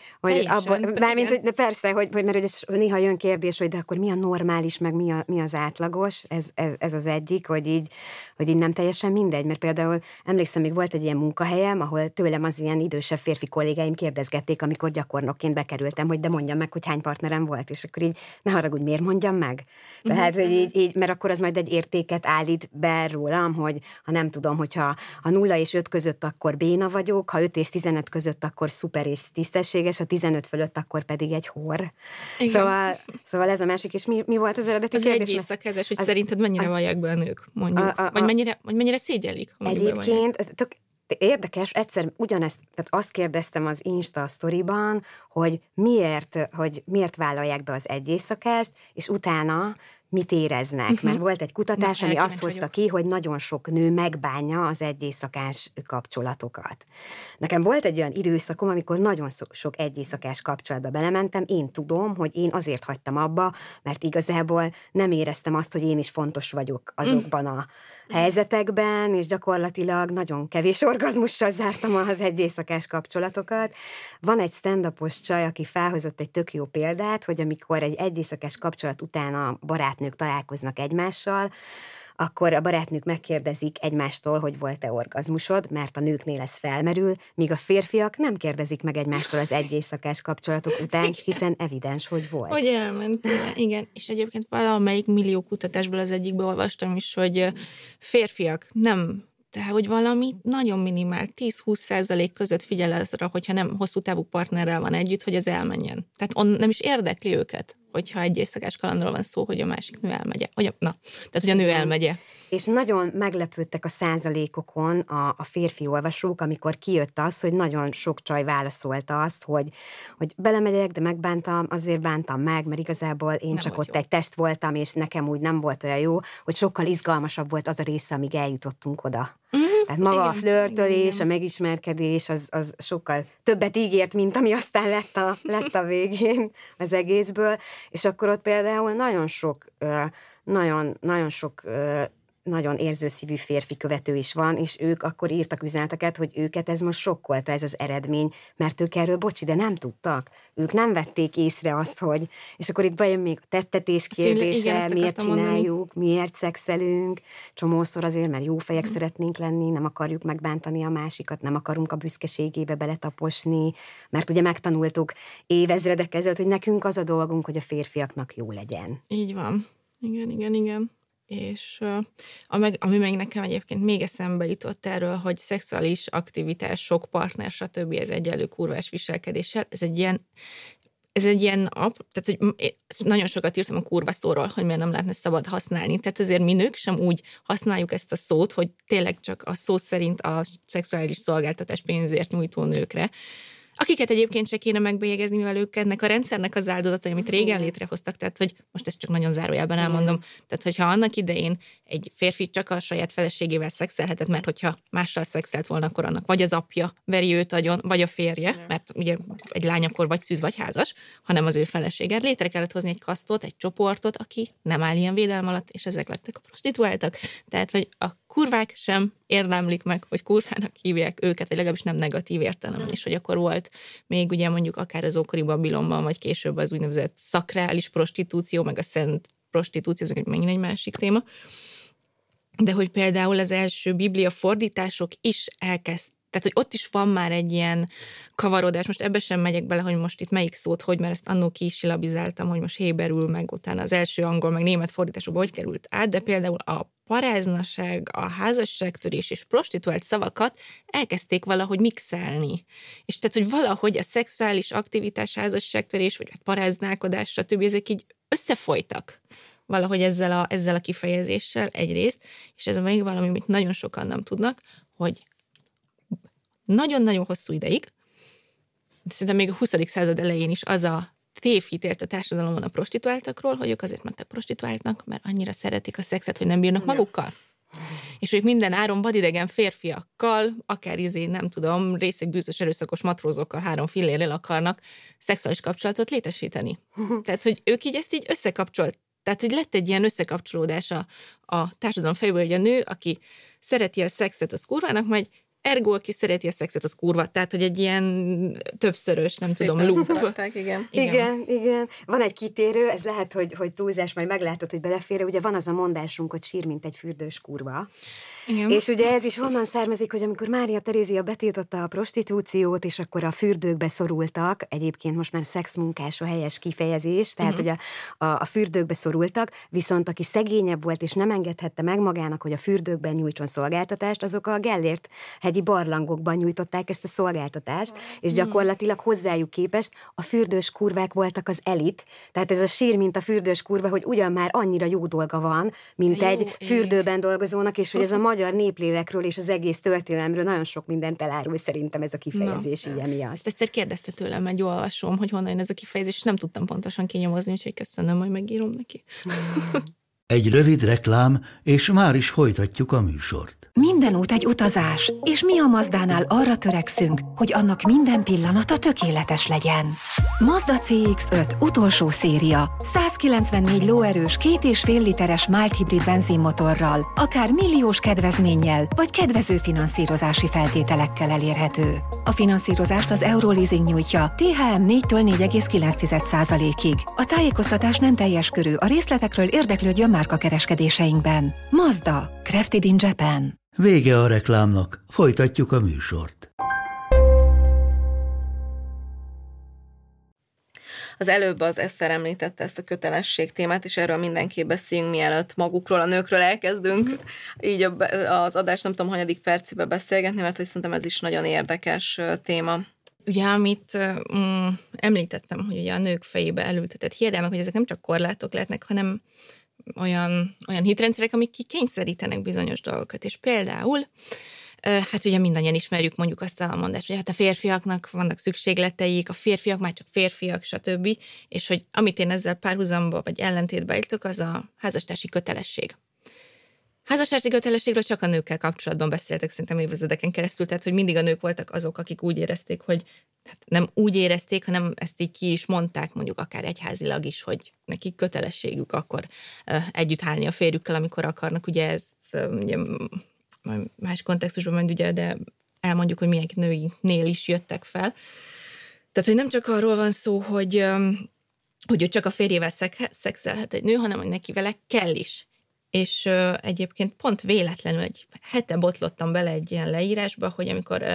persze, mert hogy ez néha jön kérdés, hogy de akkor mi a normális, meg mi az átlagos, ez az egyik, hogy így nem teljesen mindegy, mert például emlékszem, még volt egy ilyen munkahelyem, ahol tőlem az ilyen idősebb férfi kollégáim kérdezgették, amikor gyakornokként bekerültem, hogy de mondjam meg, hogy hány partnerem volt, és akkor így ne haragudj, miért mondjam meg? Tehát, hogy így, mert akkor az majd egy értéket állít be rólam, hogy ha nem tudom, hogyha 0 és 5 között akkor béna vagyok, ha 5 és 15 között akkor szuper és tisztességes, ha 15 fölött akkor pedig egy hor. Szóval ez a másik, és mi volt az eredeti kérdés? Az egy éjszakázás, hogy szerinted mennyire vallják be a nők, mondjuk, vagy mennyire szégyellik? Egyébként, tök érdekes, egyszer ugyanezt, tehát azt kérdeztem az Insta sztoriban, hogy miért vállalják be az egy éjszakást, és utána mit éreznek, mert volt egy kutatás, ami azt hozta ki, hogy nagyon sok nő megbánja az egyéjszakás kapcsolatokat. Nekem volt egy olyan időszakom, amikor nagyon sok egyéjszakás kapcsolatba belementem, én tudom, hogy én azért hagytam abba, mert igazából nem éreztem azt, hogy én is fontos vagyok azokban a helyzetekben, és gyakorlatilag nagyon kevés orgazmussal zártam az egyéjszakás kapcsolatokat. Van egy stand-upos csaj, aki felhozott egy tök jó példát, hogy amikor egy egyéjszakás kapcsolat után a barátnők találkoznak egymással, akkor a barátnők megkérdezik egymástól, hogy volt-e orgazmusod, mert a nőknél ez felmerül, míg a férfiak nem kérdezik meg egymástól az egyéjszakás kapcsolatok után, hiszen evidens, hogy volt. Hogy elment, igen. És egyébként valamelyik millió kutatásból az egyikből olvastam is, hogy férfiak nem, tehát hogy valami nagyon minimál, 10-20% között figyel azra, hogyha nem hosszú távú partnerrel van együtt, hogy az elmenjen. Tehát nem is érdekli őket, hogyha egy éjszakás kalandról van szó, hogy a másik nő elmegye. Tehát, hogy a nő elmegye. És nagyon meglepődtek a százalékokon a férfi olvasók, amikor kijött az, hogy nagyon sok csaj válaszolta azt, hogy belemegyek, de megbántam, azért bántam meg, mert igazából én nem csak ott jó. Egy test voltam, és nekem úgy nem volt olyan jó, hogy sokkal izgalmasabb volt az a része, amíg eljutottunk oda. Tehát maga igen, a flörtölés, a megismerkedés, az sokkal többet ígért, mint ami aztán lett a végén az egészből. És akkor ott például nagyon sok nagyon érzőszívű férfi követő is van, és ők akkor írtak üzeneteket, hogy őket ez most sokkolta, ez az eredmény, mert ők erről, bocsi, de nem tudtak. Ők nem vették észre azt, hogy... És akkor itt bejön még a tettetés kérdése, igen, miért csináljuk, mondani. Miért szexelünk, csomószor azért, mert jó fejek szeretnénk lenni, nem akarjuk megbántani a másikat, nem akarunk a büszkeségébe beletaposni, mert ugye megtanultuk évezredek ezelőtt, hogy nekünk az a dolgunk, hogy a férfiaknak jó legyen. Így van. Igen. És ami meg nekem egyébként még eszembe jutott erről, hogy szexuális aktivitás, sok partner, stb. Ez egyenlő kurvás viselkedéssel, ez egy ilyen tehát hogy nagyon sokat írtam a kurva szóról, hogy miért nem lehetne szabad használni. Tehát azért mi nők sem úgy használjuk ezt a szót, hogy tényleg csak a szó szerint a szexuális szolgáltatás pénzért nyújtó nőkre, akiket egyébként se kéne megbélyegezni, mivel ők ennek a rendszernek az áldozatai, amit régen létrehoztak, tehát hogy most ezt csak nagyon zárójelben elmondom, tehát hogyha annak idején egy férfi csak a saját feleségével szexelhetett, mert hogyha mással szexelt volna, akkor annak vagy az apja veri őt agyon, vagy a férje, mert ugye egy lány akkor vagy szűz, vagy házas, hanem az ő felesége. Létre kellett hozni egy kasztot, egy csoportot, aki nem áll ilyen védelem alatt, és ezek lettek a prostituáltak. Tehát, hogy a kurvák sem érdemlik meg, hogy kurvának hívják őket, vagy legalábbis nem negatív értelemben is, hogy akkor volt még ugye mondjuk akár az ókori Babilonban, vagy később az úgynevezett szakrális prostitúció, meg a szent prostitúció, ez megint egy másik téma. De hogy például az első biblia fordítások is tehát, hogy ott is van már egy ilyen kavarodás. Most ebbe sem megyek bele, hogy most itt melyik szót, mert ezt annó ki is silabizáltam, hogy most héberül, meg utána az első angol, meg német fordításokba hogy került át, de például a paráznaság, a házasságtörés és prostituált szavakat elkezdték valahogy mixelni. És tehát, hogy valahogy a szexuális aktivitás, házasságtörés, vagy paráználkodás, stb. Ezek így összefolytak valahogy ezzel a kifejezéssel egyrészt, és ez még valami, amit nagyon sokan nem tudnak, hogy nagyon-nagyon hosszú ideig, de szerintem még a 20. század elején is az a tévhit élt a társadalomban a prostituáltakról, hogy ők azért mentek prostituáltnak, mert annyira szeretik a szexet, hogy nem bírnak magukkal. És ők minden áron vadidegen férfiakkal, akár nem tudom, részegbűzös erőszakos matrózokkal 3 fillérrel akarnak szexuális kapcsolatot létesíteni. Tehát, hogy ők így ezt így összekapcsolt. Tehát, hogy lett egy ilyen összekapcsolódás a társadalom fejéből, hogy a nő, aki szereti a szexet, az kurvának megy, ergo, aki szereti a szexet, az kurva. Tehát, hogy egy ilyen többszörös, nem Szépen tudom, loop. összerakták, igen. Igen. Van egy kitérő, ez lehet, hogy túlzás, majd meglátod, hogy belefér. Ugye van az a mondásunk, hogy sír, mint egy fürdős kurva. Igen. És ugye ez is honnan származik, hogy amikor Mária Terézia betiltotta a prostitúciót, és akkor a fürdőkbe szorultak, egyébként most már szexmunkás a helyes kifejezés, tehát hogy a fürdőkbe szorultak, viszont aki szegényebb volt, és nem engedhette meg magának, hogy a fürdőkben nyújtson szolgáltatást, azok a Gellért hegyi barlangokban nyújtották ezt a szolgáltatást, és gyakorlatilag hozzájuk képest a fürdős kurvák voltak az elit, tehát ez a sír, mint a fürdős kurva, hogy ugyan már annyira jó dolga van, mint egy fürdőben dolgozónak, és hogy ez a magyar néplélekről és az egész történelemről nagyon sok mindent elárul szerintem ez a kifejezés így emiatt. Ezt egyszer kérdezte tőlem egy olvasom, hogy honnan jön ez a kifejezés, és nem tudtam pontosan kinyomozni, úgyhogy köszönöm, hogy megírom neki. Egy rövid reklám, és már is folytatjuk a műsort. Minden út egy utazás, és mi a Mazdánál arra törekszünk, hogy annak minden pillanata tökéletes legyen. Mazda CX-5 utolsó széria, 194 lóerős, 2,5 literes mild hibrid benzinmotorral, akár milliós kedvezménnyel, vagy kedvező finanszírozási feltételekkel elérhető. A finanszírozást az Euroleasing nyújtja, THM 4-től 4,9%-ig. A tájékoztatás nem teljes körű, a részletekről érdeklődjön márkakereskedéseinkben. Mazda, crafted in Japan. Vége a reklámnak, folytatjuk a műsort. Az előbb az Eszter említette ezt a kötelesség témát, és erről mindenképp beszéljünk, mielőtt magukról, a nőkről elkezdünk. Így az adás nem tudom, hanyadik percébe beszélgetni, mert hogy szerintem ez is nagyon érdekes téma. Ugye, amit említettem, hogy ugye a nők fejébe elültetett hiedelmek, hogy ezek nem csak korlátok lehetnek, hanem olyan hitrendszerek, amik kikényszerítenek bizonyos dolgokat. És például, hát ugye mindannyian ismerjük mondjuk azt a mondást, hogy hát a férfiaknak vannak szükségleteik, a férfiak már csak férfiak, stb. És hogy amit én ezzel párhuzamba vagy ellentétbe állítok, az a házastársi kötelesség. Házastársi kötelességről csak a nőkkel kapcsolatban beszéltek szerintem évezredeken keresztül, tehát hogy mindig a nők voltak azok, akik úgy érezték, hogy hát nem úgy érezték, hanem ezt így ki is mondták, mondjuk akár egyházilag is, hogy nekik kötelességük akkor együtt állni a férjükkel, amikor akarnak. Ugye ezt ugye, más kontextusban ment, ugye, de elmondjuk, hogy milyen nőinél is jöttek fel. Tehát, hogy nem csak arról van szó, hogy ő csak a férjével szexelhet egy nő, hanem hogy neki vele kell is. És egyébként pont véletlenül egy hete botlottam bele egy ilyen leírásba, hogy amikor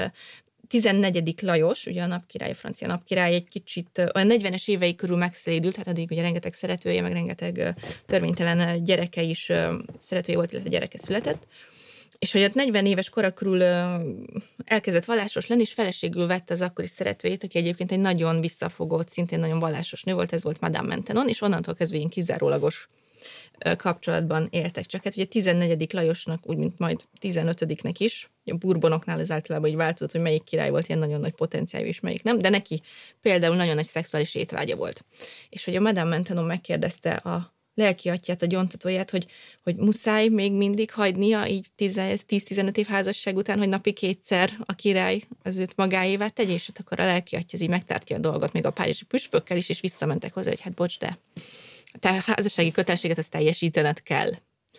14. Lajos, ugye a napkirály, a francia napkirály egy kicsit olyan 40-es évei körül megszédült, hát addig ugye rengeteg szeretője, meg rengeteg törvénytelen gyereke is szeretője volt, illetve gyereke született, és hogy ott 40 éves kora körül elkezdett vallásos lenni, és feleségül vette az akkori szeretőjét, aki egyébként egy nagyon visszafogott, szintén nagyon vallásos nő volt, ez volt Madame Maintenon, és onnantól kezdve ilyen kizárólagos kapcsolatban éltek. Csak hát ugye 14. Lajosnak, úgy, mint majd 15-nek is, a Bourbonoknál ez általában így változott, hogy melyik király volt ilyen nagyon nagy potenciáljú, és melyik nem, de neki például nagyon nagy szexuális étvágya volt. És hogy a Madame Maintenon megkérdezte a lelki atyját, a gyóntatóját, hogy muszáj még mindig hagynia így 10-15 év házasság után, hogy napi 2-szer a király az őt magáévá tegye, és akkor a lelki atya az így megtártja a dolgot, még a párizsi püspökkel is, és visszamentek hozzá, hogy hát bocs, de te a házassági kötelességet azt teljesítened kell.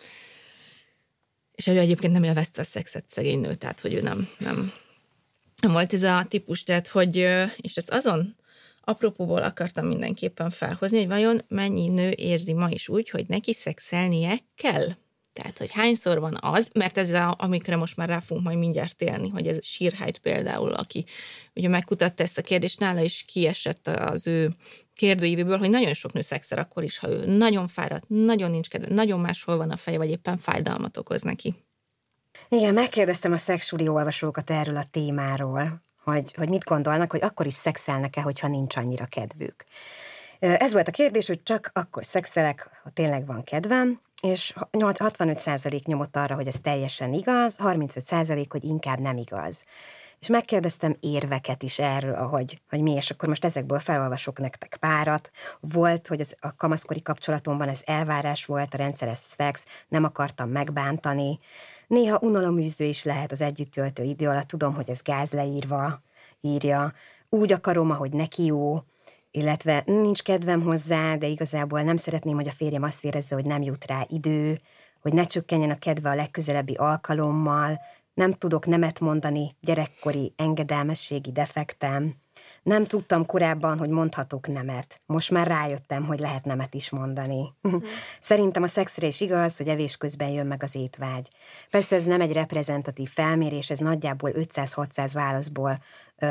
És ő egyébként nem élvezte a szexet, szegény nő, tehát hogy ő nem volt ez a típus, tehát hogy, és ezt azon apropóból akartam mindenképpen felhozni, hogy vajon mennyi nő érzi ma is úgy, hogy neki szexelnie kell. Tehát, hogy hányszor van az, mert ez amikre most már rá fogunk majd mindjárt térni, hogy ez Sírhájt például, aki ugye megkutatta ezt a kérdést, nála is kiesett az ő kérdőívéből, hogy nagyon sok nő szexel akkor is, ha ő nagyon fáradt, nagyon nincs kedve, nagyon máshol van a feje, vagy éppen fájdalmat okoz neki. Igen, megkérdeztem a szexsuli olvasókat erről a témáról, hogy mit gondolnak, hogy akkor is szexelnek-e, hogyha nincs annyira kedvük. Ez volt a kérdés, hogy csak akkor szexelek, ha tényleg van kedvem, és 65% nyomott arra, hogy ez teljesen igaz, 35%, hogy inkább nem igaz. És megkérdeztem érveket is erről, hogy mi, és akkor most ezekből felolvasok nektek párat. Volt, hogy a kamaszkori kapcsolatomban ez elvárás volt, a rendszeres szex, nem akartam megbántani. Néha unaloműző is lehet az együtt töltő idő alatt, tudom, hogy ez gáz leírva, írja. Úgy akarom, ahogy neki jó, illetve nincs kedvem hozzá, de igazából nem szeretném, hogy a férjem azt érezze, hogy nem jut rá idő, hogy ne csökkenjen a kedve a legközelebbi alkalommal, nem tudok nemet mondani gyerekkori engedelmességi defektem, nem tudtam korábban, hogy mondhatok nemet. Most már rájöttem, hogy lehet nemet is mondani. Szerintem a szexre is igaz, hogy evés közben jön meg az étvágy. Persze ez nem egy reprezentatív felmérés, ez nagyjából 500-600 válaszból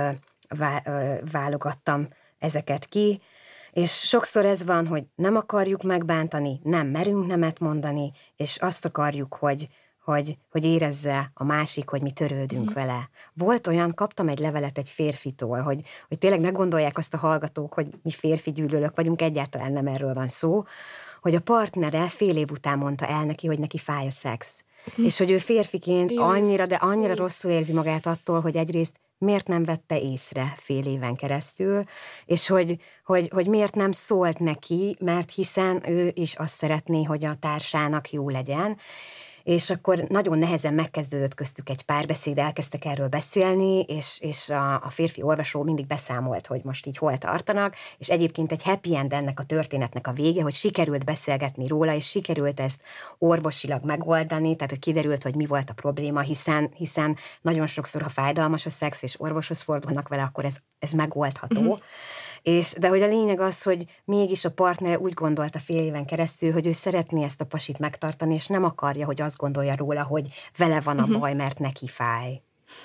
válogattam ezeket ki, és sokszor ez van, hogy nem akarjuk megbántani, nem merünk nemet mondani, és azt akarjuk, hogy érezze a másik, hogy mi törődünk vele. Volt olyan, kaptam egy levelet egy férfitól, hogy tényleg ne gondolják azt a hallgatók, hogy mi férfi gyűlölők vagyunk, egyáltalán nem erről van szó, hogy a partnere fél év után mondta el neki, hogy neki fáj a szex. És hogy ő férfiként annyira rosszul érzi magát attól, hogy egyrészt miért nem vette észre fél éven keresztül, és hogy miért nem szólt neki, mert hiszen ő is azt szeretné, hogy a társának jó legyen. És akkor nagyon nehezen megkezdődött köztük egy párbeszéd, elkezdtek erről beszélni, és a férfi olvasó mindig beszámolt, hogy most így hol tartanak, és egyébként egy happy end ennek a történetnek a vége, hogy sikerült beszélgetni róla, és sikerült ezt orvosilag megoldani, tehát hogy kiderült, hogy mi volt a probléma, hiszen nagyon sokszor, ha fájdalmas a szex, és orvoshoz fordulnak vele, akkor ez megoldható. De hogy a lényeg az, hogy mégis a partnere úgy gondolta fél éven keresztül, hogy ő szeretné ezt a pasit megtartani, és nem akarja, hogy azt gondolja róla, hogy vele van a baj, mert neki fáj.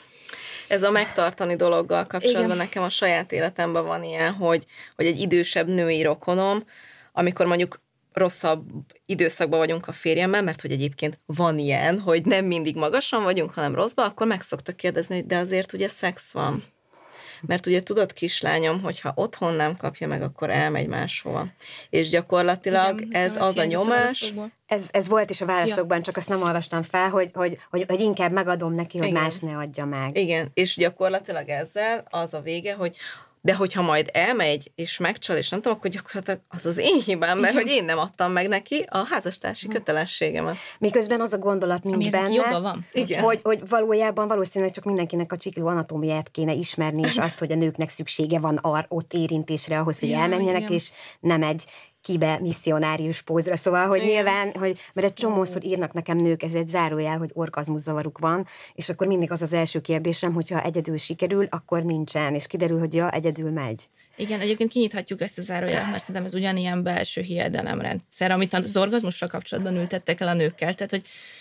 Ez a megtartani dologgal kapcsolatban nekem a saját életemben van ilyen, hogy egy idősebb női rokonom, amikor mondjuk rosszabb időszakban vagyunk a férjemmel, mert hogy egyébként van ilyen, hogy nem mindig magasan vagyunk, hanem rosszban, akkor meg szoktak kérdezni, hogy de azért ugye szex van. Mert ugye tudod, kislányom, hogyha otthon nem kapja meg, akkor elmegy máshova. És gyakorlatilag igen, ez az a nyomás. Ez volt is a válaszokban, csak azt nem olvastam fel, hogy inkább megadom neki, hogy más ne adja meg. Igen, és gyakorlatilag ezzel az a vége, de hogyha majd elmegy, és megcsal, és nem tudom, akkor gyakorlatilag az az én hibám, mert hogy én nem adtam meg neki a házastársi kötelességemet. Miközben az a gondolat nincs benne, joga van. Hogy valójában valószínűleg csak mindenkinek a csikló anatómiát kéne ismerni, és azt, hogy a nőknek szüksége van ott érintésre ahhoz, hogy elmenjenek, igen. És nem egy kibe misszionárius pózra, szóval, hogy nyilván, mert egy csomószor írnak nekem nők, ez egy zárójel, hogy orgazmuszavaruk van, és akkor mindig az első kérdésem, hogyha egyedül sikerül, akkor nincsen, és kiderül, hogy egyedül megy. Igen, egyébként kinyithatjuk ezt a zárójelet, mert szerintem ez ugyanilyen belső hiedelemrendszer, amit az orgazmussal kapcsolatban ültettek el a nőkkel, tehát,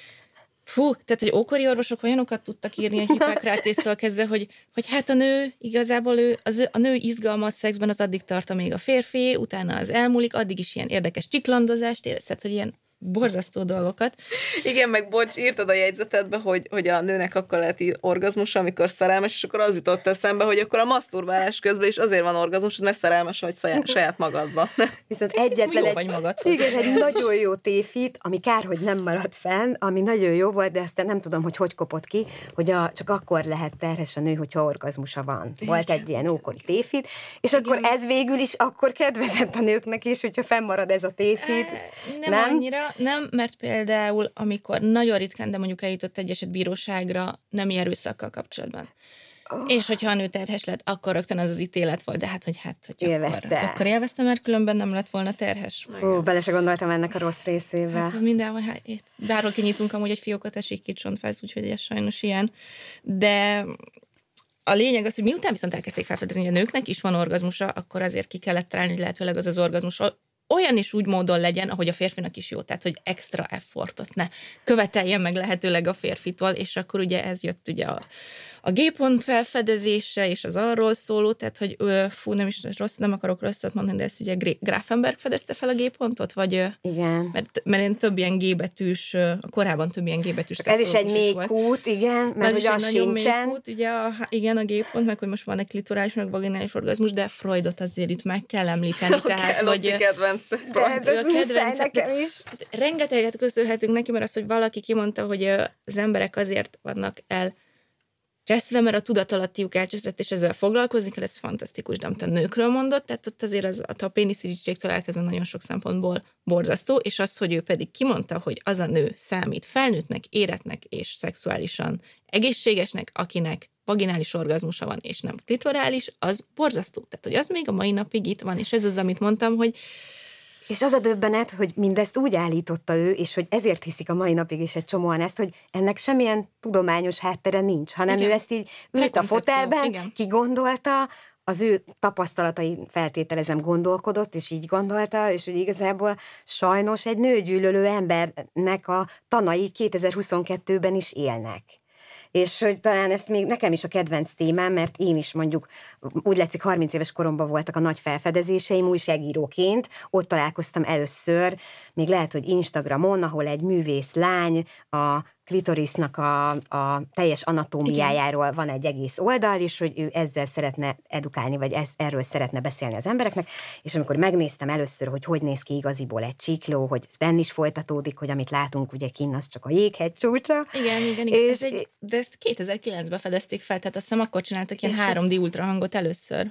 hogy ókori orvosok olyanokat tudtak írni a Hippokratésztől kezdve, hogy hát a nő, igazából a nő izgalma a szexben az addig tart, amíg a férfi, utána az elmúlik, addig is ilyen érdekes csiklandozást érez, tehát, hogy ilyen borzasztó dolgokat. Igen, meg bocs, írtad a jegyzetedbe, hogy a nőnek akkor lehet orgazmusa, amikor szerelmes, és akkor az jutott eszembe, hogy akkor a maszturbálás közben is azért van orgazmus, mert szerelmes vagy saját magadban. Viszont egyetlen vagy magadhoz. Igen, egy nagyon jó tévhit, ami kár, hogy nem maradt fenn, ami nagyon jó volt, de aztán nem tudom, hogy kopott ki, hogy csak akkor lehet terhes a nő, hogyha orgazmusa van. Volt egy ilyen ókori tévhit, és akkor ez végül is akkor kedvezett a nőknek is, hogyha fennmarad ez a tévhit. Nem annyira. Nem, mert például, amikor nagyon ritkán, de mondjuk eljutott egy eset bíróságra nemi erőszakkal kapcsolatban. És hogyha a nő terhes lett, akkor rögtön az ítélet volt, de hogy akkor élvezte, mert különben nem lett volna terhes. Bele se gondoltam ennek a rossz részével. Hát mindenhol, bárhol kinyitunk amúgy egy fiókot, esik ki csontváz, úgyhogy ez sajnos ilyen. De a lényeg az, hogy miután viszont elkezdték felfedezni, hogy a nőknek is van orgazmusa, akkor azért ki kellett találni, hogy lehetőleg az orgazmus olyan is úgy módon legyen, ahogy a férfinak is jó, tehát hogy extra effortot ne követeljen meg lehetőleg a férfitól, és akkor ugye ez jött ugye a G-pont felfedezése, és az arról szóló, tehát hogy nem akarok rosszat mondani, de ezt ugye Grafenberg fedezte fel a G-pontot, vagy? Igen. Mert én több ilyen G-betűs, korábban több ilyen G-betűs ez is egy mély-kút, igen, mert hogy az sincsen. Kút, ugye igen, a G-pont, meg hogy most van egy klitorális, meg vaginális orgazmus, de Freudot azért itt meg kell említeni. Tehát, hogy nekem is. Rengeteget köszönhetünk neki, mert az, hogy valaki kimondta, hogy az emberek azért vannak cseszve, mert a tudatalattiuk elcseszett, és ezzel foglalkozni kell, ez fantasztikus, de amit a nőkről mondott, tehát ott azért a péniszirítségtől elkezdve nagyon sok szempontból borzasztó, és az, hogy ő pedig kimondta, hogy az a nő számít felnőttnek, éretnek és szexuálisan egészségesnek, akinek vaginális orgazmusa van, és nem klitorális, az borzasztó. Tehát, hogy az még a mai napig itt van, és ez az, amit mondtam, hogy És az a döbbenet, hogy mindezt úgy állította ő, és hogy ezért hiszik a mai napig is egy csomóan ezt, hogy ennek semmilyen tudományos háttere nincs, hanem ő ezt így ült a fotelben, kigondolta, az ő tapasztalatai feltételezem gondolkodott, és így gondolta, és hogy igazából sajnos egy nőgyűlölő embernek a tanai 2022-ben is élnek. És hogy talán ezt még nekem is a kedvenc témám, mert én is mondjuk úgy látszik 30 éves koromban voltak a nagy felfedezéseim újságíróként, ott találkoztam először, még lehet, hogy Instagramon, ahol egy művész lány a klitorisnak a teljes anatómiájáról van egy egész oldal, és hogy ő ezzel szeretne edukálni, vagy erről szeretne beszélni az embereknek, és amikor megnéztem először, hogy néz ki igaziból egy csikló, hogy ez benn is folytatódik, hogy amit látunk ugye kinn, az csak a jéghegy csúcsa. Igen. De ezt 2009-ben fedezték fel, tehát azt hiszem akkor csináltak ilyen 3D ultrahangot először.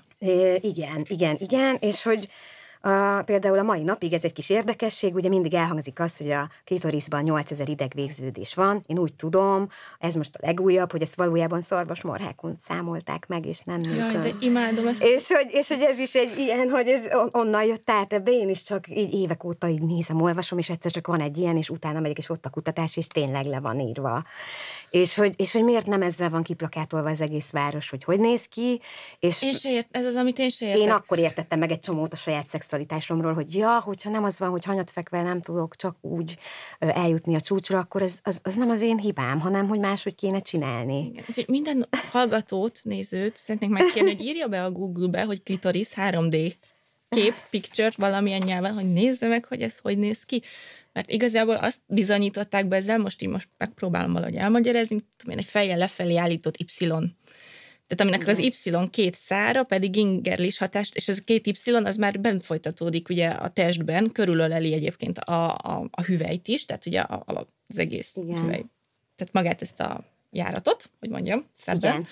Igen, és hogy például a mai napig ez egy kis érdekesség, ugye mindig elhangzik az, hogy a klitorisban 8000 idegvégződés van. Én úgy tudom, ez most a legújabb, hogy ezt valójában szarvasmarhákon számolták meg, és nem nőkön. Jaj, de imádom ezt. És hogy ez is egy ilyen, hogy ez onnan jött át, ebbe én is csak így évek óta így nézem, olvasom, és egyszer csak van egy ilyen, és utána megyek, és ott a kutatás, és tényleg le van írva. És hogy miért nem ezzel van kiplakátolva az egész város, hogy néz ki. És én se ez az, amit én se értek. Én akkor értettem meg egy csomót a saját szexualitásomról, hogy hogyha nem az van, hogy hanyatfekve nem tudok csak úgy eljutni a csúcsra, akkor az nem az én hibám, hanem hogy máshogy kéne csinálni. Igen. Úgyhogy minden hallgatót, nézőt szeretnék megkérni, hogy írja be a Google-be, hogy klitoris 3D kép, picture valamilyen nyelven, hogy nézze meg, hogy ez hogy néz ki. Mert igazából azt bizonyították be ezzel, most megpróbálom valahogy elmagyarázni, egy fejjel lefelé állított Y. Tehát aminek az Y két szára pedig ingerlis hatást, és ez a két Y az már bent folytatódik ugye a testben, körülöleli egyébként a hüvelyt is, tehát ugye az egész hüvely. Tehát magát ezt a járatot, hogy mondjam, szebben.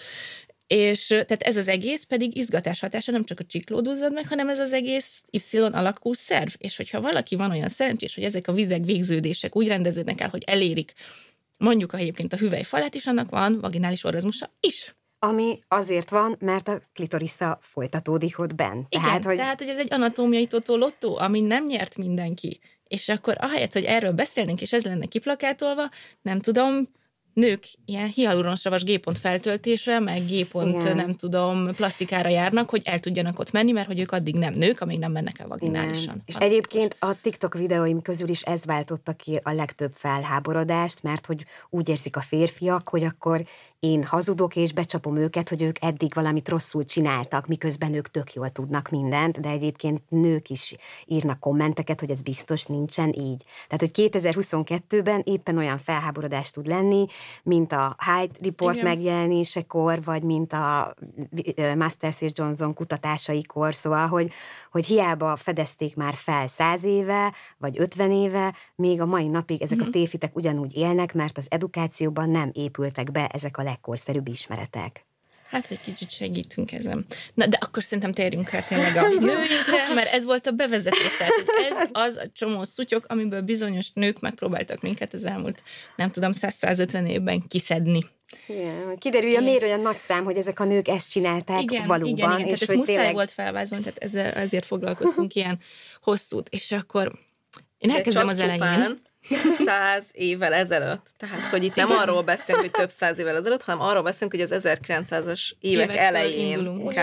És tehát ez az egész pedig izgatás hatása, nem csak a csikló duzzad meg, hanem ez az egész Y alakú szerv. És hogyha valaki van olyan szerencsés, hogy ezek a idegvégződések úgy rendeződnek el, hogy elérik mondjuk egyébként a hüvelyfalát is, annak van vaginális orgazmusa is. Ami azért van, mert a klitorisza folytatódik ott benn. Igen, tehát hogy ez egy anatómiai totó-lottó, ami nem nyert mindenki. És akkor ahelyett, hogy erről beszélnénk, és ez lenne kiplakátolva, nem tudom, nők ilyen hialuronsavas G-pont feltöltésre, meg G-pont, nem tudom, plastikára járnak, hogy el tudjanak ott menni, mert hogy ők addig nem nők, amíg nem mennek el vaginálisan. És egyébként a TikTok videóim közül is ez váltotta ki a legtöbb felháborodást, mert hogy úgy érzik a férfiak, hogy akkor én hazudok és becsapom őket, hogy ők eddig valamit rosszul csináltak, miközben ők tök jól tudnak mindent, de egyébként nők is írnak kommenteket, hogy ez biztos nincsen így. Tehát, hogy 2022-ben éppen olyan felháborodás tud lenni, mint a Hyde Report megjelenésekor, vagy mint a Masters és Johnson kutatásaikor, szóval, hogy hiába fedezték már fel 100 éve, vagy 50 éve, még a mai napig ezek a tévhitek ugyanúgy élnek, mert az edukációban nem épültek be ezek a legkorszerűbb ismeretek. Hát, hogy kicsit segítünk ezen. Na, de akkor szerintem térjünk rá tényleg a nőinkre, mert ez volt a bevezetés. Tehát ez az a csomó szutyok, amiből bizonyos nők megpróbáltak minket az elmúlt, nem tudom, 100-150 évben kiszedni. Igen, kiderülje, miért olyan nagy szám, hogy ezek a nők ezt csinálták valóban. Igen, tehát ez muszáj volt felvázolni, tehát ezért foglalkoztunk ilyen hosszút. És akkor én elkezdem az elején. 100 évvel ezelőtt. Tehát, hogy itt nem arról beszélünk, hogy több 100 évvel ezelőtt, hanem arról beszélünk, hogy az 1900-as évek elején indulunk.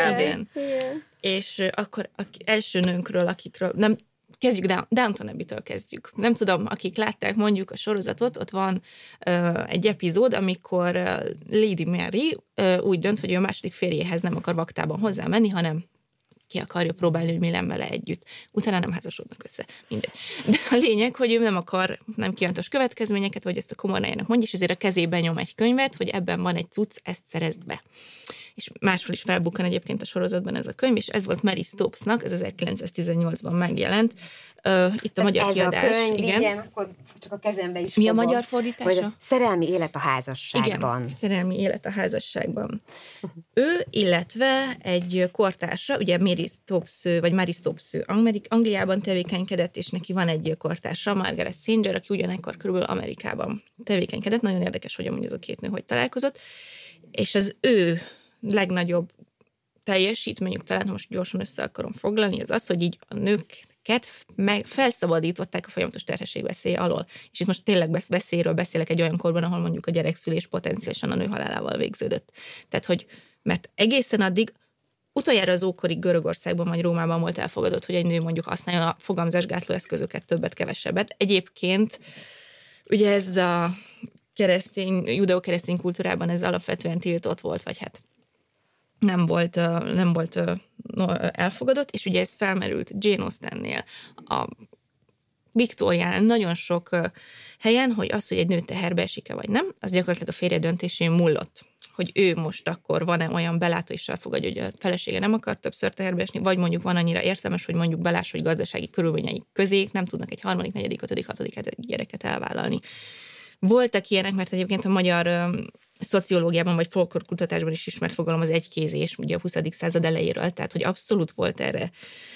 És akkor első nőnkről, akikről, nem, kezdjük Downton Abbey-től kezdjük. Nem tudom, akik látták mondjuk a sorozatot, ott van egy epizód, amikor Lady Mary úgy dönt, hogy ő a második férjéhez nem akar vaktában hozzámenni, hanem ki akarja próbálni, hogy mi lenne vele együtt. Utána nem házasodnak össze. Mindegy. De a lényeg, hogy ő nem akar nem kívántos következményeket, vagy ezt a komornájának mondja, és ezért a kezébe nyom egy könyvet, hogy ebben van egy cucc, ezt szerezd be. És máshol is felbukkan egyébként a sorozatban ez a könyv, és ez volt Mary Stopesnak, ez 1918-ban megjelent. Itt a magyar kiadás. Ez a könyv, igen, akkor csak a kezembe is mi fogom, a magyar fordítása? Szerelmi élet a házasságban. Igen, szerelmi élet a házasságban. Ő, illetve egy kortársa, ugye Mary Stopes Angliában tevékenykedett, és neki van egy kortársa, Margaret Singer, aki ugyanekkor körülbelül Amerikában tevékenykedett. Nagyon érdekes, hogy amúgy ez a két nő hogy találkozott. És az ő legnagyobb teljesítményük, talán most gyorsan össze akarom foglalni, az az, hogy így a nők felszabadították a folyamatos terhességveszély alól. És itt most tényleg veszélyről beszélek egy olyan korban, ahol mondjuk a gyerekszülés potenciálisan a nő halálával végződött. Tehát, hogy mert egészen addig utoljára az ókori Görögországban vagy Rómában volt elfogadott, hogy egy nő mondjuk használjon a fogamzásgátló eszközöket, többet, kevesebbet. Egyébként ugye ez a judeo-keresztény kultúrában ez alapvetően tiltott volt, vagy hát nem volt elfogadott, és ugye ez felmerült Jane Austennél, a Viktóriánál nagyon sok helyen, hogy az, hogy egy nő teherbe esik-e vagy nem, az gyakorlatilag a férje döntésén múlott. Hogy ő most akkor van-e olyan belátó és elfogadja, hogy a felesége nem akar többször teherbe esni, vagy mondjuk van annyira értelmes, hogy mondjuk beláss, hogy gazdasági körülményei közé nem tudnak egy 3., 4., 5., 6. gyereket elvállalni. Voltak ilyenek, mert egyébként a magyar szociológiában vagy folklórkutatásban is ismert fogalom az egykézés, ugye a 20. század elejéről, tehát hogy abszolút volt erre